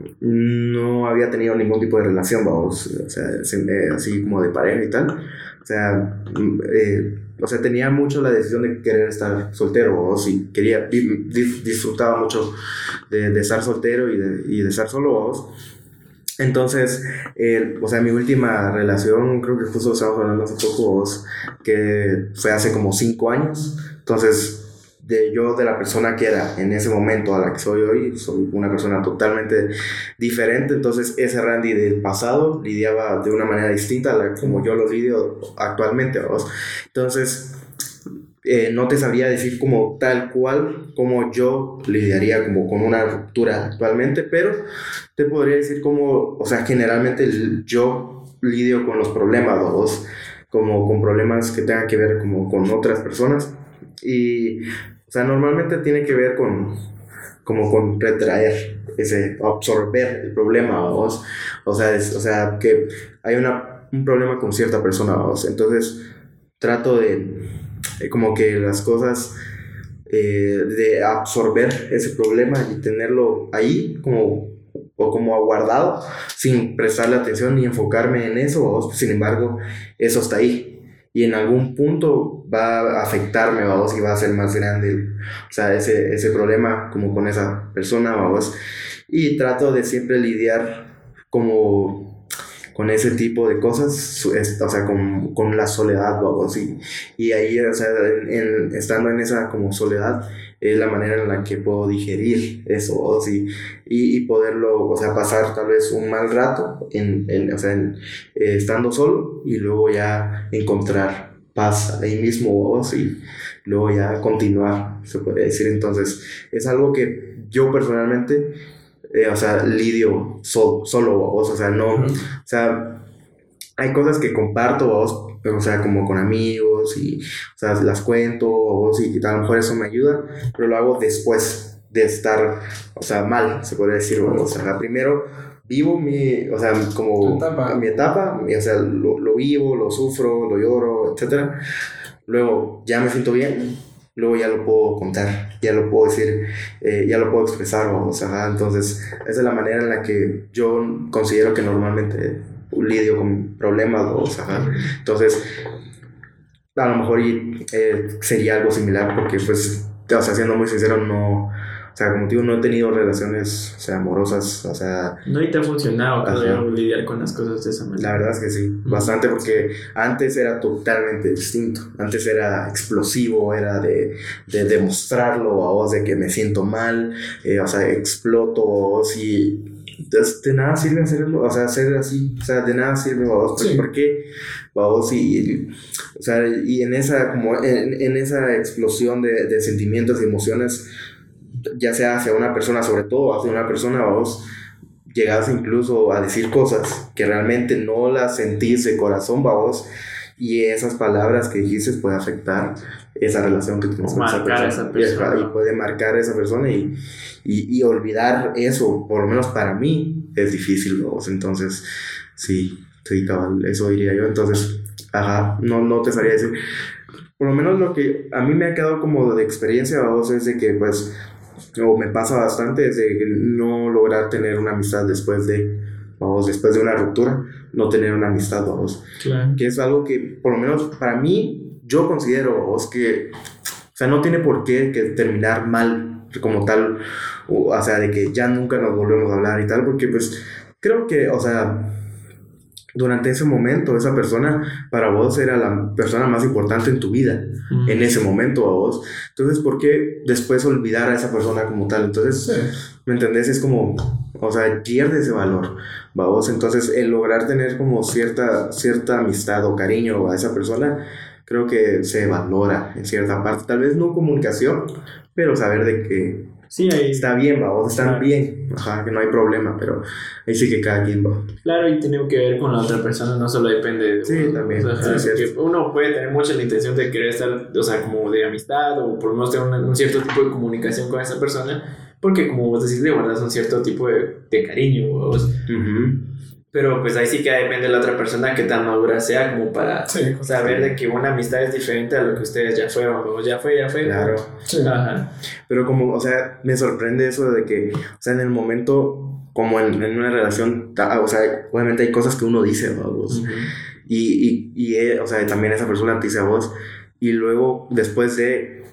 no había tenido ningún tipo de relación, vos, o sea, así como de pareja y tal. O sea, eh, o sea, tenía mucho la decisión de querer estar soltero, o si quería, disfrutaba mucho de, de estar soltero y de, y de estar solo, vos. Entonces, eh, o sea, mi última relación, creo que justo lo estábamos hablando hace poco, vos, que fue hace como cinco años, Entonces, de yo, de la persona que era en ese momento a la que soy hoy, soy una persona totalmente diferente. Entonces, ese Randy del pasado lidiaba de una manera distinta a la como yo lo lidio actualmente, ¿vos? Entonces, eh, no te sabría decir como tal cual como yo lidiaría como con una ruptura actualmente, pero te podría decir como, o sea, generalmente el, yo lidio con los problemas, ¿vos? Como con problemas que tengan que ver como con otras personas. Y, o sea, normalmente tiene que ver con, como con retraer, ese, absorber el problema, ¿vos? O sea, es, o sea, que hay una, un problema con cierta persona, ¿vos? Entonces, trato de, de como que las cosas, eh, de absorber ese problema y tenerlo ahí, como, o como aguardado, sin prestarle atención ni enfocarme en eso, ¿vos? Sin embargo, eso está ahí. Y en algún punto va a afectarme, vamos, y va a ser más grande, o sea, ese, ese problema como con esa persona, vamos. Y trato de siempre lidiar como con ese tipo de cosas, o sea, con, con la soledad, vamos. Y, y ahí, o sea, en, en, estando en esa como soledad, es la manera en la que puedo digerir eso, ¿vos? Y, y, y poderlo, o sea, pasar tal vez un mal rato, en, en, o sea, en, eh, estando solo, y luego ya encontrar paz ahí mismo, ¿vos? Y luego ya continuar, se puede decir. Entonces, es algo que yo personalmente, eh, o sea, lidio so, solo, ¿vos? O sea, no, uh-huh. O sea, hay cosas que comparto, ¿vos? O sea, como con amigos y, o sea, las cuento, ¿vos? Y a lo mejor eso me ayuda, pero lo hago después de estar, o sea, mal, se podría decir, ¿vos? O sea, primero vivo mi, o sea, como etapa. mi etapa, o sea, lo, lo vivo, lo sufro, lo lloro, etcétera. Luego ya me siento bien, luego ya lo puedo contar, ya lo puedo decir, eh, ya lo puedo expresar, o sea, entonces esa es la manera en la que yo considero que normalmente lidio con problemas, o sea, entonces a lo mejor eh, sería algo similar, porque pues, o sea, siendo muy sincero, no, o sea, como digo, no he tenido relaciones, o sea, amorosas, o sea... No, y te ha funcionado, creo, lidiar con las cosas de esa manera. La verdad es que sí, mm. bastante, porque antes era totalmente distinto. Antes era explosivo, era de, de demostrarlo a vos, de que me siento mal, eh, o sea, exploto, o si... De, de nada sirve hacerlo, o sea, hacer así, o sea, de nada sirve, vamos, sí. ¿Por qué? Vamos, y, y, o sea, y en esa, como, en, en esa explosión de, de sentimientos y emociones, ya sea hacia una persona, sobre todo hacia una persona, vos llegás incluso a decir cosas que realmente no las sentís de corazón, vos, y esas palabras que dijiste puede afectar esa relación que tienes con esa persona, esa persona. Y, y puede marcar a esa persona y, y, y olvidar eso, por lo menos para mí es difícil, vos. Entonces sí, sí, cabal, eso diría yo. Entonces, ajá, no, no te sabría decir, por lo menos lo que a mí me ha quedado como de experiencia, vos, es de que pues, o me pasa bastante, es de no lograr tener una amistad después de, vamos, después de una ruptura, no tener una amistad, vamos. Claro. Que es algo que, por lo menos para mí, yo considero, vamos, que, o sea, no tiene por qué que terminar mal como tal, o, o sea, de que ya nunca nos volvemos a hablar y tal, porque pues creo que, o sea, durante ese momento, esa persona para vos era la persona más importante en tu vida, mm. en ese momento a vos. Entonces, ¿por qué después olvidar a esa persona como tal? Entonces, sí. ¿Me entendés? Es como, o sea, pierde ese valor, ¿va vos? Entonces, el lograr tener como cierta, cierta amistad o cariño a esa persona, creo que se valora en cierta parte. Tal vez no comunicación, pero saber de que sí, ahí está bien, va, vos están claro. bien, ajá, que no hay problema, pero ahí sí que cada quien va. Claro, y tiene que ver con la otra persona, no solo depende de sí, uno. también. O sea, sí, que uno puede tener mucha la intención de querer estar, o sea, como de amistad, o por lo menos tener un, un cierto tipo de comunicación con esa persona, porque como vos decís, le guardas un cierto tipo de, de cariño, vos. Uh-huh. Pero pues ahí sí que depende de la otra persona que tan madura sea como para sí, saber sí. de que una amistad es diferente a lo que ustedes ya fueron, o ya fue, ya fue. Claro. Sí. Ajá. Pero como, o sea, me sorprende eso de que, o sea, en el momento, como en, en una relación, o sea, obviamente hay cosas que uno dice a vos, uh-huh. y, y, y, o sea, también esa persona te dice a vos, y luego después de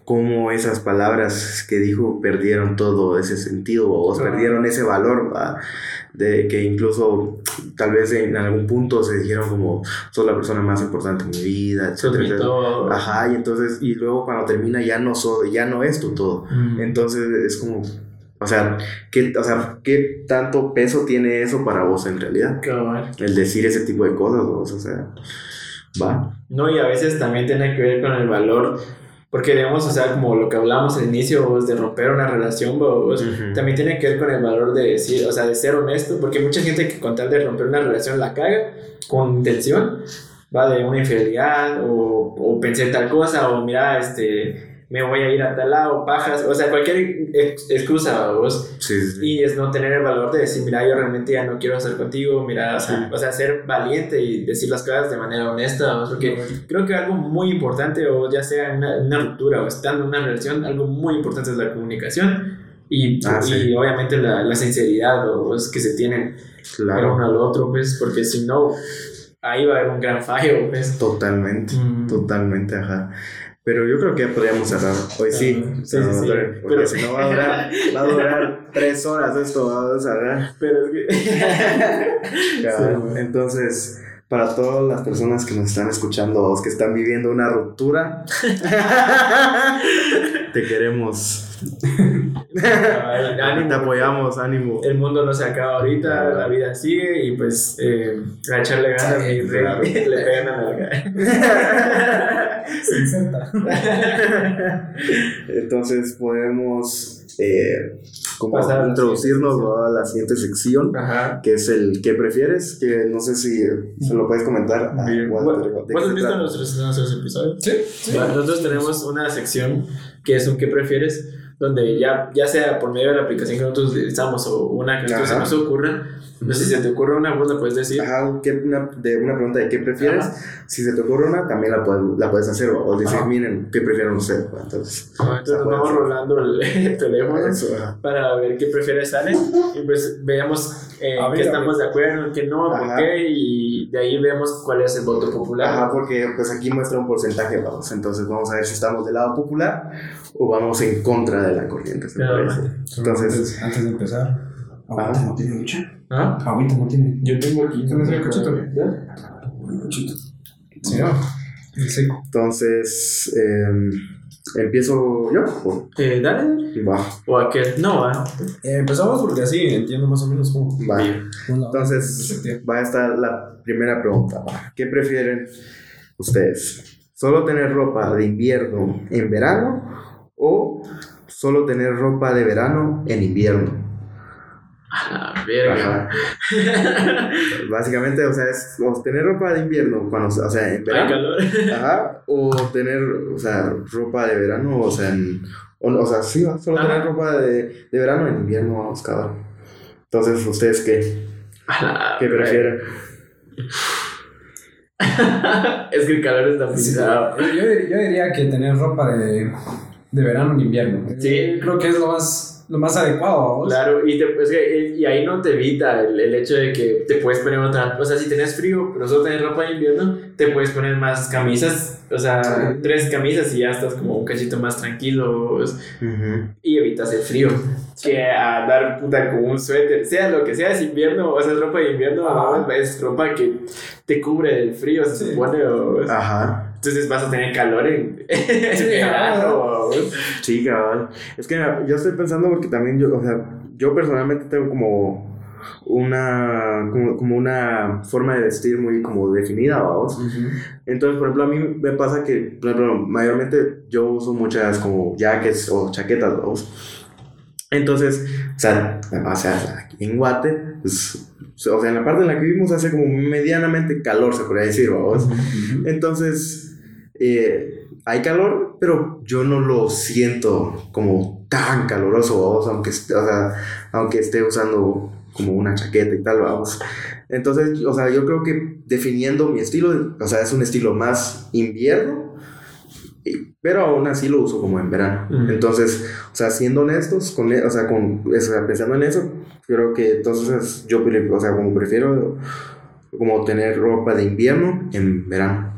cómo esas palabras que dijo perdieron todo ese sentido, o Claro. perdieron ese valor, ¿va? De que incluso tal vez en algún punto se dijeron como, sos la persona más importante en mi vida, Sos etcétera, mi etcétera. todo. Ajá, y entonces, y luego cuando termina ya no soy, ya no es tu todo. Mm. Entonces es como, o sea, ¿qué, o sea, ¿qué tanto peso tiene eso para vos en realidad? Cabal. El decir ese tipo de cosas, vos, o sea, va. No, y a veces también tiene que ver con el valor, porque digamos, o sea, como lo que hablamos al inicio, vos, de romper una relación, vos, Ujú. también tiene que ver con el valor de decir, o sea, de ser honesto, porque mucha gente que con tal de romper una relación la caga con intención, va de una infidelidad, o, o pensé tal cosa, o mira, este, me voy a ir a tal lado, pajas, o sea, cualquier ex- excusa, vos. Sí, sí, sí. Y es no tener el valor de decir, mira, yo realmente ya no quiero estar contigo, mira, o sea, o sea, ser valiente y decir las cosas de manera honesta, ¿no? Porque creo que algo muy importante, o ya sea en una, una ruptura o estando en una relación, algo muy importante es la comunicación y, Ah, y sí. obviamente la, la sinceridad, o es que se tienen el Claro, uno al otro, pues, porque si no, ahí va a haber un gran fallo, pues. totalmente, Mm. totalmente, ajá. Pero yo creo que ya podríamos cerrar. Hoy sí, Ah, sí, no, sí, sí. porque Pero- si no va a durar, va a durar tres horas esto, vamos a ver. Pero es que... Cabal. Sí. Entonces, para todas las personas que nos están escuchando, o que están viviendo una ruptura, te queremos. Ánimo. Te apoyamos, ánimo. El mundo no se acaba ahorita, la vida sigue y pues eh, a echarle ganas Sí, y re- claro. le pegan a la cara. Sincera. Entonces podemos eh, como Pasar a la introducirnos, siguiente ¿no?, a la siguiente sección, Ajá. que es el ¿qué prefieres? Que no sé si se lo puedes comentar. Ah, Bien. Walter, ¿de qué ¿Vos has se visto trata? nuestros, nuestros episodios? Sí, sí. Bueno, nosotros tenemos una sección que es un ¿qué prefieres? Donde ya, ya sea por medio de la aplicación que nosotros utilizamos o una que a nosotros se Ajá. nos ocurra, no sé si se te ocurre una, vos la puedes decir. Ajá, ¿qué- una, de una pregunta de qué prefieres. Ajá. Si se te ocurre una, también la puedes, la puedes hacer. O decir, Ajá. miren, ¿qué prefieren ustedes? Entonces, Ah, Entonces nos puede vamos ser. rolando el teléfono eso, ajá. para ver qué prefieres sale y pues veamos eh, A ver, qué a estamos de acuerdo, en qué no, por Ajá. qué y de ahí vemos cuál es el voto popular. Ajá, porque pues aquí muestra un porcentaje, vamos. Entonces vamos a ver si estamos del lado popular o vamos en contra de la corriente. ¿se Claro. parece? Entonces, antes de empezar, agüita Ajá. no tiene mucha. ¿Ah? Agüita no tiene. Yo tengo aquí. ¿Tienes el cachito? ¿Ya? Muchito. Sí, no. El seco. entonces eh, empiezo yo. ¿O? Eh, dale, dale. Va, O aquel. No, ¿ah? Eh, empezamos porque así entiendo más o menos cómo. va. Bien. Entonces va a estar la primera pregunta. ¿Qué prefieren ustedes? ¿Solo tener ropa de invierno en verano o solo tener ropa de verano en invierno? A la verga. Ajá. Básicamente, o sea, es o tener ropa de invierno cuando, o sea, en Hay verano. calor. Ajá. O tener, o sea, ropa de verano, o sea, en, o, o sea, sí, ¿va? Solo Ajá. tener ropa de, de verano en invierno, vamos, cabrón. Entonces, ¿ustedes qué? A la ¿Qué verga. prefieren? Es que el calor está pisado. Yo, yo diría que tener ropa de, de verano en invierno. Sí. Creo que es lo más, lo más adecuado. ¿vos? Claro, y, te, es que, y ahí no te evita el, el hecho de que te puedes poner otra. O sea, si tenés frío, pero solo tenés ropa de invierno, te puedes poner más camisas. O sea, Sí. tres camisas y ya estás como un cachito más tranquilo. Ujú. Y evitas el frío. Que a dar puta con un suéter, sea lo que sea, es invierno, o sea, es ropa de invierno, Ajá. ¿no? Es ropa que te cubre del frío, se Sí. supone. O, Ajá. entonces vas a tener calor en, en Sí, verano. o- Sí, cabal. Es que mira, yo estoy pensando porque también yo, o sea, yo personalmente tengo como una, como, como una forma de vestir muy como definida, vamos. Entonces, por ejemplo, a mí me pasa que, por ejemplo, mayormente yo uso muchas como jackets o chaquetas, vamos. Entonces, o sea, o sea, aquí en Guate, pues, o sea, en la parte en la que vivimos hace como medianamente calor, se podría decir, vamos. Entonces, eh, hay calor, pero yo no lo siento como tan caluroso, vamos, aunque, esté- o sea, aunque esté usando como una chaqueta y tal, vamos. Entonces, o sea, yo creo que definiendo mi estilo, o sea, es un estilo más invierno, y- pero aún así lo uso como en verano. Mm. Entonces, o sea, siendo honestos, con, e- o sea, con, o sea, pensando en eso, creo que entonces yo, pre- o sea, como prefiero como tener ropa de invierno en verano.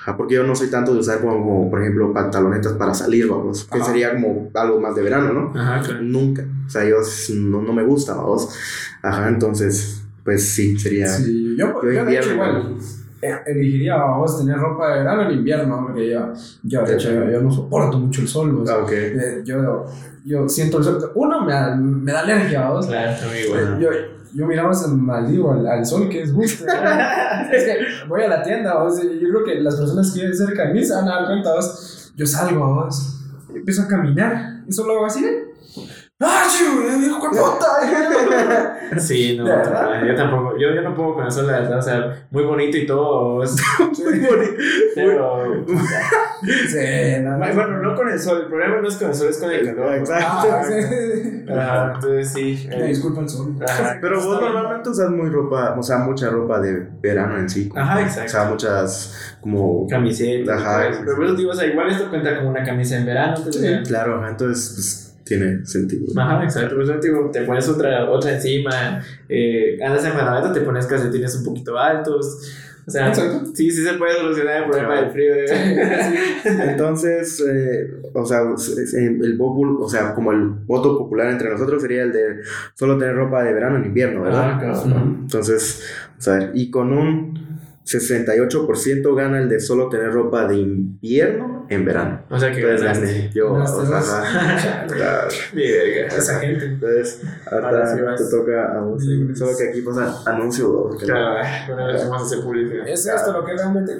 Ajá, porque yo no soy tanto de usar como, como, por ejemplo, pantalonetas para salir, vamos, que Ajá. sería como algo más de verano, ¿no? Ajá, claro. Nunca, o sea, yo no, no me gusta, vamos. Ajá, entonces, pues sí, sería... Sí, yo, Yo yo de hecho invierno. igual eh, elegiría vos tener ropa de verano en invierno, porque yo, yo de hecho, yo, yo no soporto mucho el sol, vos. Ah, ok. Eh, yo, yo siento el sol, uno me da, me da alergia, vos. Claro, amigo. Eh, yo, yo miraba ese maldito al, al sol que es gusto. Es que voy a la tienda, vos, y yo creo que las personas que viven cerca de mí se van a dar cuenta, vos. Yo salgo, vos, y empiezo a caminar y solo hago así, ¿eh? ¡Ah, chido! ¡Hijo de puta! Sí, no, ¿De verdad? yo tampoco, yo, yo no puedo con eso, la verdad, o sea, muy bonito y todo, es- Muy bonito. pero, Sí, no, no. bueno, no con el sol, el problema no es con el sol, es con el calor. Exacto. Ah, sí. Ajá, entonces sí. Me eh, disculpa el sol. ajá, Pero vos está bien. normalmente usas muy ropa, o sea, mucha ropa de verano en sí. Ajá, exacto. O sea, muchas como... Camiseta, Ajá, pues, pero por eso digo, o sea, igual esto cuenta como una camisa en verano, pues, Sí. ya. Claro, ajá, entonces pues, tiene sentido. Ajá, exacto, por eso digo, te pones otra, otra encima, eh, andas en Manaveta, te pones calcetines un poquito altos, o sea, Exacto. sí, sí se puede solucionar el problema del frío. eh. Entonces, eh, o sea, es- el voto, o sea, como el voto popular entre nosotros sería el de solo tener ropa de verano en invierno, ¿verdad? Ah, cabrón. Entonces, o sea, y con un sesenta y ocho por ciento gana el de solo tener ropa de invierno en verano. O sea que Entonces ganaste. gané yo. Ganaste O sea, vos. ajá, claro. Mi verga. Esa gente. Entonces, Ahora ahora sí vas. te toca a vos. Sí, Solo que aquí pasa anuncio dos. Claro, bueno, vamos a hacer publicidad. Es esto lo que realmente.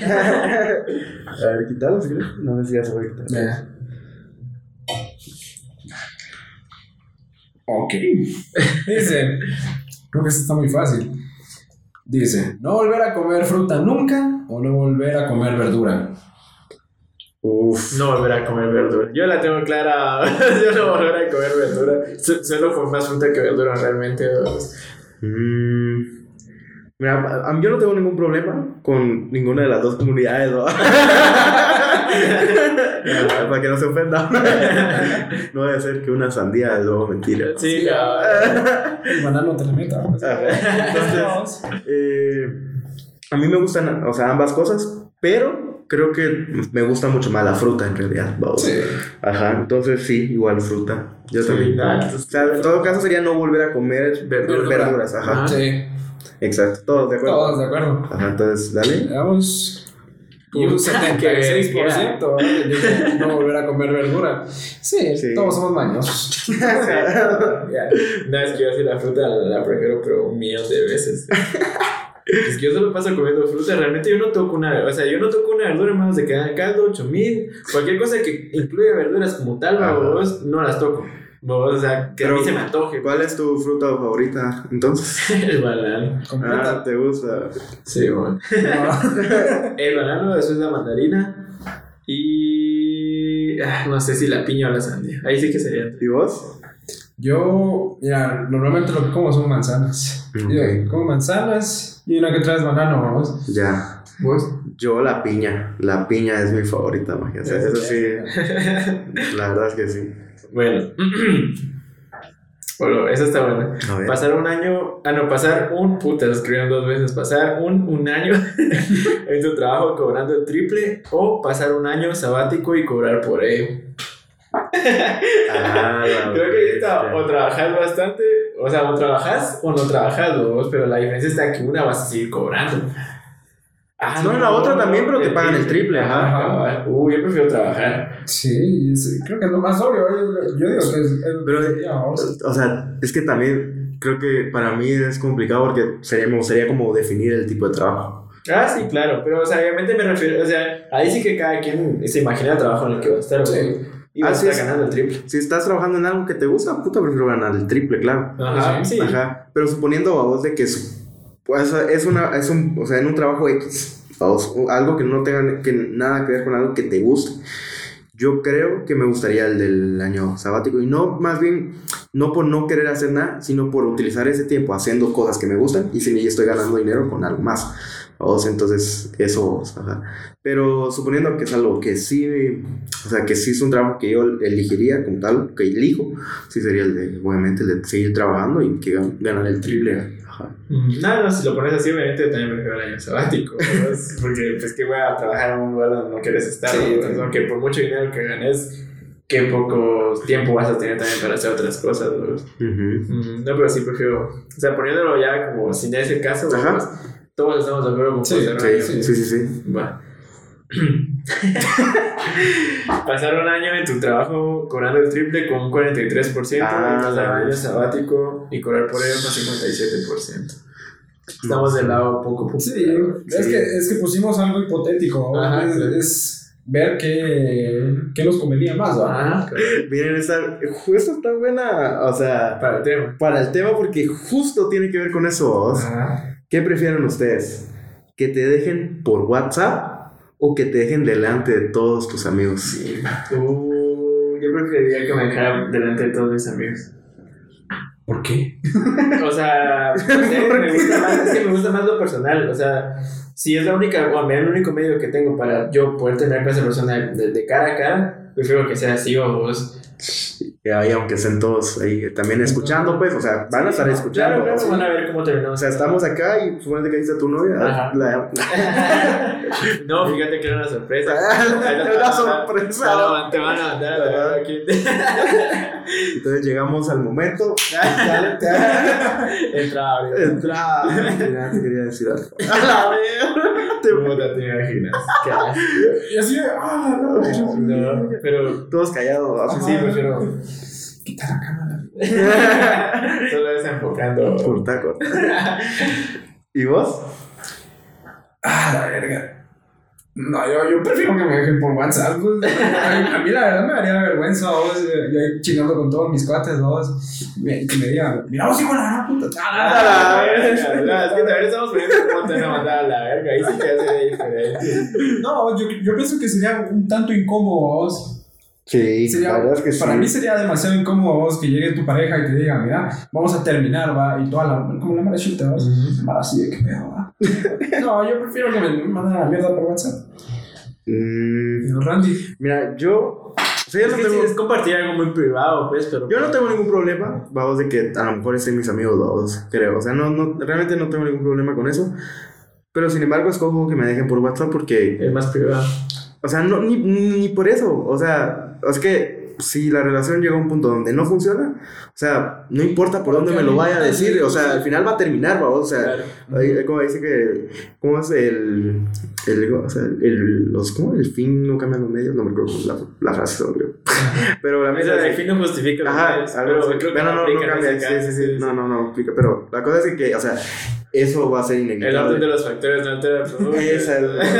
A ver, quítalo si quieres. No sé si ya se puede quitar. Ya. Ok. Dice, creo que esto está muy fácil. Dice, no volver a comer fruta nunca o no volver a comer verdura. Uf. No volver a comer verdura. Yo la tengo clara. Yo no volver a comer verdura. Su- Suelo comer más fruta que verdura realmente. Mm, mira, a- a- yo no tengo ningún problema con ninguna de las dos comunidades, ¿no? Para que no se ofenda. No debe ser que una sandía es luego mentira. Sí, cabrón. El banano te la meta. Entonces, eh, a mí me gustan, o sea, ambas cosas, pero creo que me gusta mucho más la fruta en realidad. Vamos. Sí. Ajá, entonces sí, igual fruta. Yo Sí, también. nada, O sea, en todo caso sería no volver a comer Verdura. verduras. Ajá, Ajá. Sí. exacto. Todos de acuerdo. Todos de acuerdo. Ajá, entonces, dale. Veamos. Y un Puta, setenta y seis por ciento ¿eh? Dice no volver a comer verdura. Sí, Sí. todos somos mañosos. Ya. No, es que yo sí la fruta la, la prefiero, pero un millón de veces. Es que yo solo paso comiendo fruta. Realmente yo no toco una. O sea, yo no toco una verdura, hermanos, de que hagan caldo, ocho mil. Cualquier cosa que incluya verduras como tal, Ajá. vos, no las toco. Vos, o sea, que a Pero, mí se me antoje. ¿Cuál es tu fruta favorita entonces? El banano. Completa. Ah, ¿te gusta? Sí, bueno. No. El banano, después la mandarina. Y. ah, no sé si la piña o la sandía. Ahí sí que sería. ¿Y vos? Yo, mira, normalmente lo que como son manzanas. Ok. Yo como manzanas y una que traes banano, vamos. Ya. ¿Vos? Yo la piña. La piña es mi favorita, magia. O sea, eso sí. La verdad es que sí. Bueno. Bueno, esa está buena. A ver. Pasar un año, ah no, pasar un, puta, lo escribieron dos veces, pasar un, un año en tu trabajo cobrando el triple o pasar un año sabático y cobrar por ello. Ah, la Creo que ahí está, bestia. o trabajas bastante, o sea, o trabajas o no trabajas, vos, pero la diferencia está que una vas a seguir cobrando. Ah, No, en la otra también, pero te pagan el triple, ajá. Ajá, cabal. Uh, yo prefiero trabajar. Sí, es- creo que es lo más obvio. Yo, yo digo que es. es Pero, ya, vamos. O sea, es que también creo que para mí es complicado porque sería, me gustaría como definir el tipo de trabajo. Ah, sí, claro, pero o sea, obviamente me refiero, o sea, ahí sí que cada quien se imagina el trabajo en el que va a estar, Sí. güey. Y va a Así estar es. ganando el triple. Si estás trabajando en algo que te gusta, puta, prefiero ganar el triple, claro. Ajá, sí. Ajá. Pero suponiendo a vos de que es, pues, es una, es un, o sea, en un trabajo X, a vos, algo que no tenga que, nada que ver con algo que te guste. Yo creo que me gustaría el del año sabático. Y no, más bien, no por no querer hacer nada, sino por utilizar ese tiempo haciendo cosas que me gustan y si y estoy ganando dinero con algo más. O sea, entonces, eso, ajá. Pero suponiendo que es algo que sí, o sea, que sí es un trabajo que yo elegiría como tal, que elijo, sí sería el de, obviamente, el de seguir trabajando y que gan- ganar el triple. Ajá. No, no, si lo pones así, obviamente también prefiero el año sabático, ¿no? Porque pues que voy a trabajar en un lugar donde no quieres estar, Sí, ¿no? Entonces, aunque por mucho dinero que ganes, qué poco tiempo vas a tener también para hacer otras cosas, ¿no? Uh-huh. No, pero sí prefiero, o sea, poniéndolo ya como si no es el caso, Ajá. pues, todos estamos de acuerdo con Sí, pasar un año. Sí, sí, sí, sí. Va. Pasar un año en tu trabajo cobrando el triple con un cuarenta y tres por ciento, Ah, y pasar un año la- sabático y cobrar por ello con cincuenta y siete por ciento. Estamos del lado poco popular. Sí, es que, es que pusimos algo hipotético. Ajá, es, claro. es ver qué, qué nos convenía más, ¿va? Ajá, Miren, esta, justo está buena, o sea, para el tema. para el tema porque justo tiene que ver con eso. ¿Vos? Ajá. ¿Qué prefieren ustedes? ¿Que te dejen por WhatsApp o que te dejen delante de todos tus amigos? Sí. Uh, yo preferiría que me dejaran delante de todos mis amigos. ¿Por qué? O sea, no sé, me gusta más, es que me gusta más lo personal. O sea, si es la única, o el único medio que tengo para yo poder tener con esa persona de, de cara a cara, prefiero que sea así o vos. Y ahí, aunque estén todos ahí también escuchando, pues, o sea, van a estar escuchando. Claro, claro, ¿sí? van a ver cómo terminamos. O sea, estamos acá y suponete que ahí está tu novia. Ajá. La, No, fíjate que era una sorpresa. Era una sorpresa. Claro, te van a mandar a la verdad aquí. Entonces llegamos al momento. Entra, ahorita. Entra. Mira, te quería decir algo. Te puta, te imaginas. Qué asco. Y así, ah, no, No, pero Todos callados. sí, prefiero. quita la cámara. Solo desenfocando. Corta, corta. ¿Y vos? Ah, la verga. No, yo, yo prefiero que me dejen por WhatsApp. Pues. A, a mí la verdad me daría vergüenza, vos. Yo ahí chingando con todos mis cuates, vos. Y que me digan, mira, vos hijo de la gran puta. A la verga, no, es que también estamos poniendo cómo te van a mandar a la verga. Ahí sí que hace diferente. No, yo, yo pienso que sería un tanto incómodo, vos. Sí, Sería, la verdad es que sí. para mí sería demasiado incómodo vos que llegue tu pareja y te diga, mira, vamos a terminar, va, y toda la, como la mala chuta, vos, Ujú. mala así de qué pedo, va. No, yo prefiero que me manden a la mierda por WhatsApp. Mm, Randy. mira, yo. O sea, yo Es no que tengo. sí, es compartir algo muy privado, pues, pero. Yo no tengo ningún problema, vamos, de que a lo mejor estén mis amigos, vamos, creo. O sea, no, no, realmente no tengo ningún problema con eso. Pero sin embargo, escojo que me dejen por WhatsApp porque. Es más privado. O sea, no, ni, ni por eso. O sea, es que si la relación llega a un punto donde no funciona, o sea, no importa por dónde me lo vaya a decir, o sea, al final va a terminar, ¿va? O sea, Claro. ahí, como dice que, ¿cómo es el, el, o sea, el, los, ¿cómo? El fin no cambia los medios, no me acuerdo la, la frase, se me olvidó. Pero la O mesa sea, el es- fin no justifica los Ajá, medios, algo pero así. creo que no, no, no, aplica no en cambia, ese sí, caso, sí, sí, no, no, no aplica, pero la cosa es que, o sea, eso va a ser El orden de inevitable. los factores no altera el producto. Esa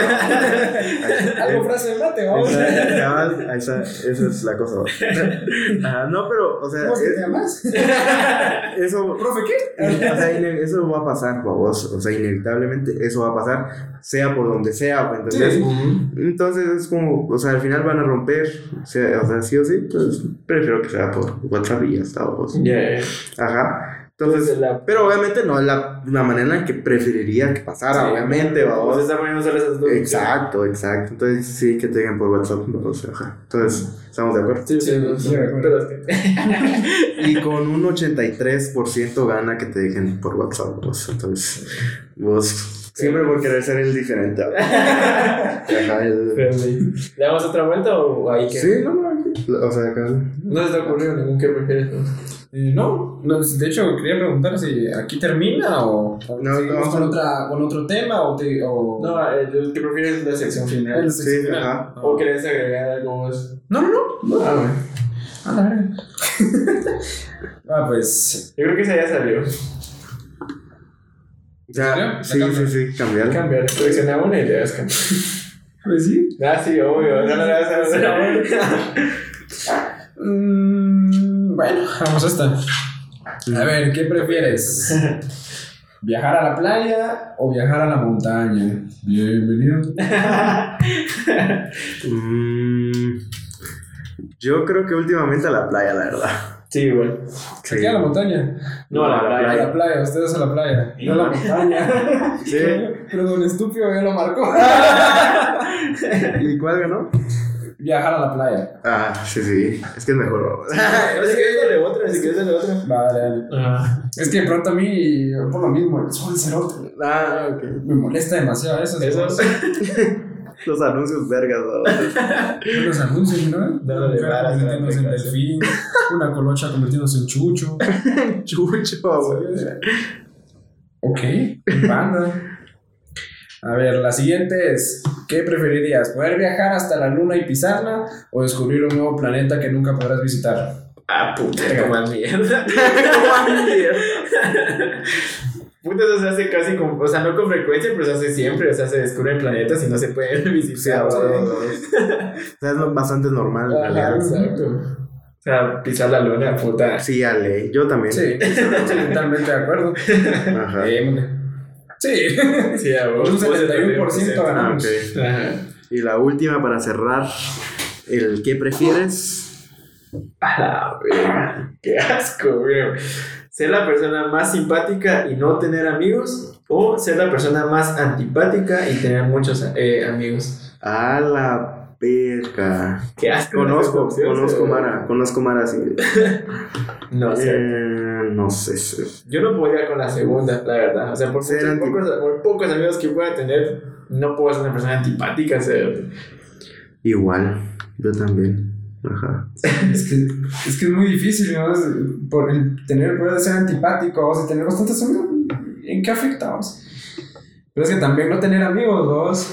es Algo frase de mate, vamos. esa, cabal, esa, esa es la cosa. Ah, no, pero, o sea, ¿Cómo que te es- llamas? eso, ¿Profe qué? o sea, ine- eso va a pasar, vos, o sea, inevitablemente eso va a pasar, sea por donde sea, ¿me entendés? Sí. Entonces es como, o sea, al final van a romper, o sea, o sea, sí o sí, pues prefiero que sea por WhatsApp y ya está, vos. Yeah. Ajá. Entonces, Entonces, la- pero obviamente no es la, la manera en que preferiría que pasara, Sí, obviamente, pues vamos. se está poniendo solo esas dos. Exacto, exacto. Entonces sí que tengan por WhatsApp, no, o sea, ajá. Entonces, estamos de acuerdo. Sí, sí, Sí, no, sí, de acuerdo. pero es que. Y con un ochenta y tres por ciento gana que te dejen por WhatsApp, vos. Entonces, vos siempre por querer ser el diferente. Ajá, el- Friendly. ¿Le damos otra vuelta o ahí que? Sí, no, no, o sea, acá. No se te ha ocurrido ningún que prefieres, ¿no? Eh, no, no, de hecho quería preguntar si aquí termina o, o No, seguimos no. con, otra, con otro tema o, te, o... No, el, el que prefieres es la sección final. El- Sí, ajá. ¿O querés agregar algo más? no, no, no. Ah, bueno. A la verga. Ah, pues. Yo creo que esa ya salió. Ya, ¿En sí, serio? sí, sí, cambiar. Cambiar. Selecciona una y le das cambiar. Pues sí. Ah, sí, obvio. No le das a Mm, bueno, vamos a esta. A ver, ¿qué prefieres? ¿Viajar a la playa o viajar a la montaña? Bienvenido. Mm, yo creo que últimamente a la playa, la verdad. Sí, igual. Sí. ¿Aquí a la montaña? No, a la A playa. la playa, ustedes a la playa. No a la montaña. Sí, pero don estúpido ya lo marcó. ¿Y cuál ganó? Viajar a la playa. Ah, sí, sí. Es que es mejor. Si quieres dale otra, si quieres dale otra. Vale, dale. Ah. Es que de pronto a mí, por lo mismo, el sol cerote. Ah, ok. Me molesta demasiado eso. Eso. Los anuncios vergas, ¿no? Los anuncios, ¿no? Dale, Una mujer varas, convirtiéndose en dale, delfín, una colocha convirtiéndose en chucho. Chucho, güey. Ok, banda. A ver, la siguiente es: ¿qué preferirías? ¿Poder viajar hasta la luna y pisarla o descubrir un nuevo planeta que nunca podrás visitar? Ah, puta, como mierda. Como mierda. Puta, eso se hace casi con, o sea, no con frecuencia, pero se hace siempre, o sea, se descubren planetas y no se pueden visitar. Sí, o sea, es bastante normal. en Ajá, realidad. exacto. O sea, pisar la luna, puta. Sí, Ale, yo también. Sí, totalmente de acuerdo. Ajá. Démosle. Sí, Sí, a vos. con un setenta y uno por ciento Ah, ganamos. ok. Ajá. Y la última para cerrar, el ¿qué prefieres? A la verga. Qué asco, güey. Ser la persona más simpática y no tener amigos, o ser la persona más antipática y tener muchos eh, amigos. A la verga. Qué asco. Conozco, esas opciones, conozco güey. Mara, conozco Mara, sí. No sé. Eh, no sé. sí. Yo no podría con la segunda, la verdad. O sea, por, Ser muchos, anti- pocos, por pocos amigos que pueda tener, no puedo ser una persona antipática. O sea, Igual, yo también. Ajá. Es que, es que es muy difícil, ¿no? Es- por el tener el poder de ser antipático, o sea, tener bastantes amigos, ¿en qué afectamos? Pero es que también no tener amigos, vos.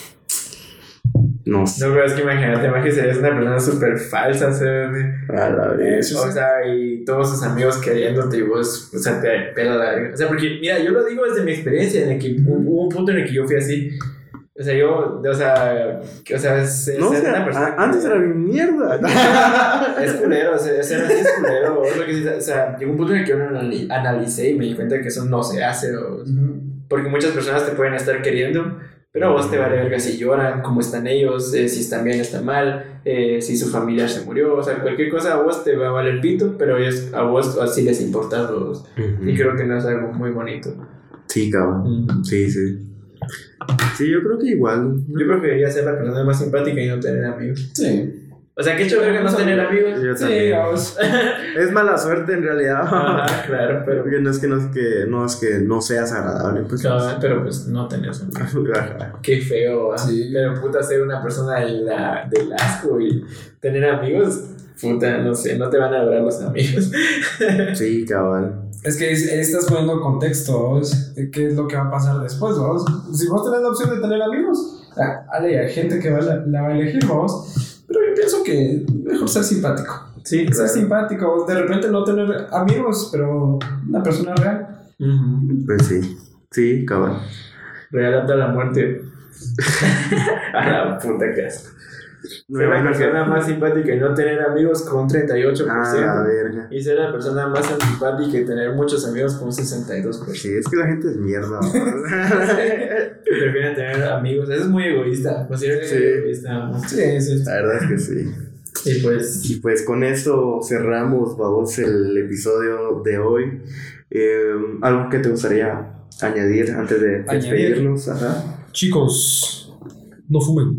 No sé. no, pero es que imagínate, imagínate, serías una persona súper falsa, o sea, A la verga. Eso sí. o sea, y todos sus amigos queriéndote y vos, o sea, te pela la verga. O sea, porque, mira, yo lo digo desde mi experiencia, en el que hubo un punto en el que yo fui así. O sea, yo, o sea, que- o sea, es, es No, o ser sea, una persona. a- antes era bien mierda. Es culero, o sea, ser así es culero. Es lo que sí, o sea, llegó un punto en el que yo lo anali- analicé y me di cuenta que eso no se hace. O, porque muchas personas te pueden estar queriendo, pero a vos te vale verga si lloran, cómo están ellos, eh, si están bien, están mal, eh, si su familiar se murió, o sea, cualquier cosa a vos te va a valer pito, pero ellos, a vos así les importa a vos. Y creo que no es algo muy bonito. Sí, cabrón. Sí, sí. Sí, yo creo que igual. Yo preferiría ser la persona más simpática y no tener amigos. Sí. O sea, qué hecho verga no tener amigos. Yo Sí, también. vamos. Es mala suerte en realidad. Ajá, claro, pero, Porque no es que no, es que, no, es que no seas agradable. Pues, claro, pero pues no tener amigos. Ajá. Qué feo, ¿ah? Sí. Pero puta, ser una persona de la, del asco y tener amigos, puta, no sé, no te van a durar los amigos. Sí, cabal. Es que es- ahí estás poniendo contexto, vos, de qué es lo que va a pasar después, vos. Si vos tenés la opción de tener amigos, ah, ale, hay gente que va, la, la va a elegir, vos. Pero yo pienso que mejor ser simpático. Sí, Ser simpático, vos. De repente no tener amigos, pero una persona real. Pues sí. Sí, cabal. Regálate a la muerte. A la puta que asco. Me Ser la imagino que- persona más simpática y no tener amigos con un treinta y ocho por Ah, ciento. la verga. Y ser la persona más antipática y tener muchos amigos con un sesenta y dos por ciento. Sí, es que la gente es mierda. ¿no? Prefieren tener amigos. Eso es muy egoísta. Considero que Sí. es muy egoísta. ¿no? Sí, sí. La verdad es que sí. Y pues. Y pues con esto cerramos, vamos, el episodio de hoy. Eh, ¿Algo que te gustaría añadir antes de Añadir. despedirnos? Ajá. Chicos, no fumen.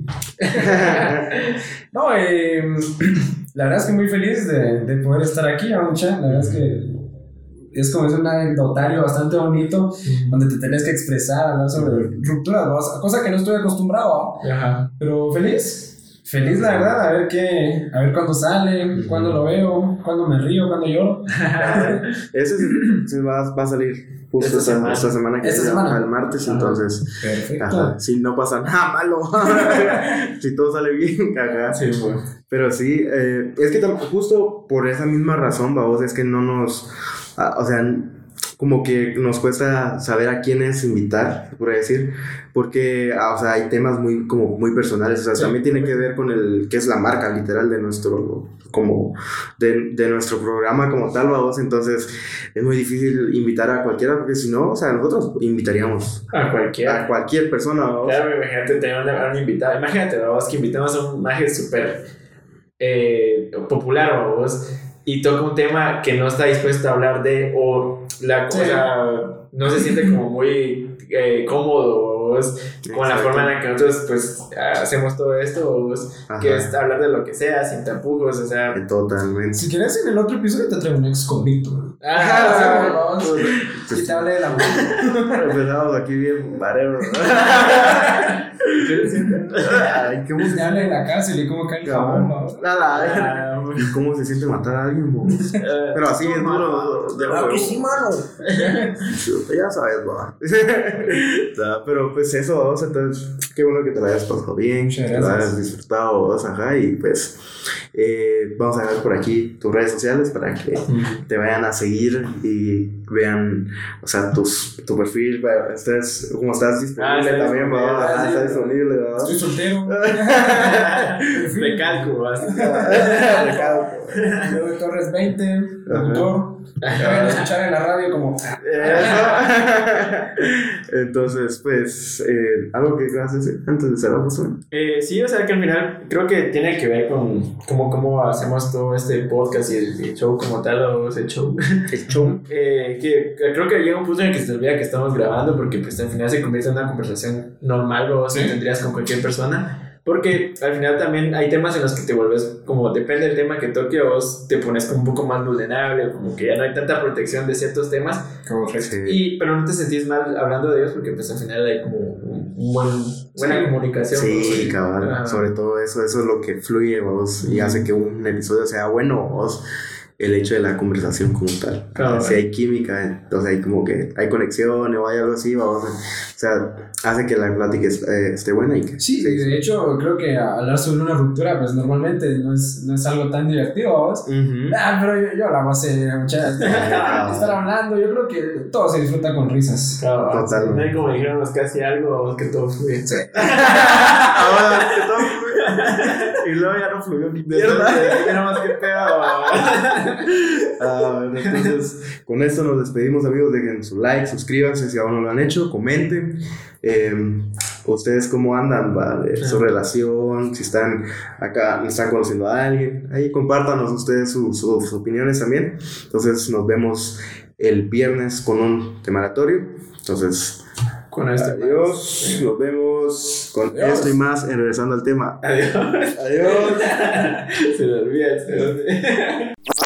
No, eh, la verdad es que muy feliz de, de poder estar aquí, Auncha. La verdad es que es como es un anecdotario bastante bonito donde te tenés que expresar, hablar sobre rupturas, ¿no? Cosa que no estoy acostumbrado, ¿no? Ajá. Pero feliz. Feliz, la verdad, a ver qué, a ver cuándo sale, cuándo lo veo, cuándo me río, cuándo lloro. Ese sí, sí va, va a salir justo Esta esta, semana. esta semana que Esta sea, semana. al martes, Ajá. entonces. Perfecto. Ajá, si no pasa nada malo. Si todo sale bien, ajá. Sí, bueno. Pero sí, eh, es que tam- justo por esa misma razón, vamos, es que no nos, ah, o sea, como que nos cuesta saber a quiénes invitar, por decir, porque, ah, o sea, hay temas muy, como muy personales, o sea, Sí. también tiene que ver con el, qué es la marca literal de nuestro, como, de, de nuestro programa como tal, vamos, entonces es muy difícil invitar a cualquiera, porque si no, o sea, nosotros invitaríamos A cualquiera. a cualquier persona, vamos. Claro, imagínate tener una, un invitado. Imagínate, vamos, que invitamos a un maje súper eh, popular, vamos, y toca un tema que no está dispuesto a hablar de, o la cosa Sí. no se siente como muy eh, cómodo, vos, con la Exacto. forma en la que nosotros pues hacemos todo esto, vos, Ajá. que es hablar de lo que sea, sin tapujos, o sea... Totalmente. Si quieres, en el otro episodio te traigo un ex convicto. Ah, Hacemos, ¿no? Y te hablé de la mano. Empezamos aquí bien barero. ¿qué sientes? Ay, ¿cómo se Te hablé de la cárcel y cómo cae el jabón, ¿no? Nada. Ah, ¿Y cómo se siente matar a alguien, vos? Pero así es duro. de Claro que huevo. sí, mano. Ya sabes, va. Nah, pero pues eso, vamos, entonces, qué bueno que te la hayas pasado bien, Muchas que la gracias. hayas disfrutado, vos, ajá, y pues eh, vamos a dejar por aquí tus redes sociales para que te vayan a seguir y vean, o sea, tus, tu perfil, para- estés, como estás disponible Ah, está también, disponible, va, ah, ajá, sí. está disponible, va. Estoy soltero. De cálculo, así. Yo Torres veinte, locutor. Me van a escuchar en la radio como. Entonces, pues, eh, algo que quieras decir antes de cerrar, pues, Eh, sí, o sea que al final creo que tiene que ver con cómo, cómo hacemos todo este podcast y el, el show como tal, o ese show. el show. Eh, que, que creo que llega un punto en el que se te olvida que estamos grabando porque pues al final se convierte en una conversación normal o Sí. que tendrías con cualquier persona. Porque al final también hay temas en los que te vuelves, como depende del tema que toque, vos te pones como un poco más vulnerable, como que ya no hay tanta protección de ciertos temas, Sí. y, pero no te sentís mal hablando de ellos porque pues al final hay como un buen, buena Sí. comunicación. Sí, ¿no? cabal, Ajá. sobre todo eso, eso es lo que fluye, vos, y hace que un episodio sea bueno, vos, el hecho de la conversación como tal. Cabal. Si hay química, entonces hay como que hay conexión o hay algo así, vamos, o sea, hace que la plática est- eh, esté buena y que... Sí, de hecho, creo que hablar sobre una ruptura, pues normalmente no es, no es algo tan divertido, ¿vos? Ujú. Ah, pero yo, yo hablaba hace muchas. Estar hablando, yo creo que todo se disfruta con risas. Claro, Total. no hay como dijeron los casi algo, vos, que todo fluye. Ahora, que todo fluye. Y luego ya no fluyó ni mierda. Era más que pedo. Ah, bueno, entonces, con esto nos despedimos, amigos. Dejen su like, suscríbanse si aún no lo han hecho, comenten. Eh, ustedes cómo andan, ¿vale? Su relación, si están acá, están conociendo a alguien. Ahí compártanos ustedes su- su- sus opiniones también. Entonces, nos vemos el viernes con un temaratorio. Entonces, Con este. adiós. Nos vemos con Adiós. esto y más en Regresando al Tema. Adiós. Adiós. Se me olvida. Se me olvida.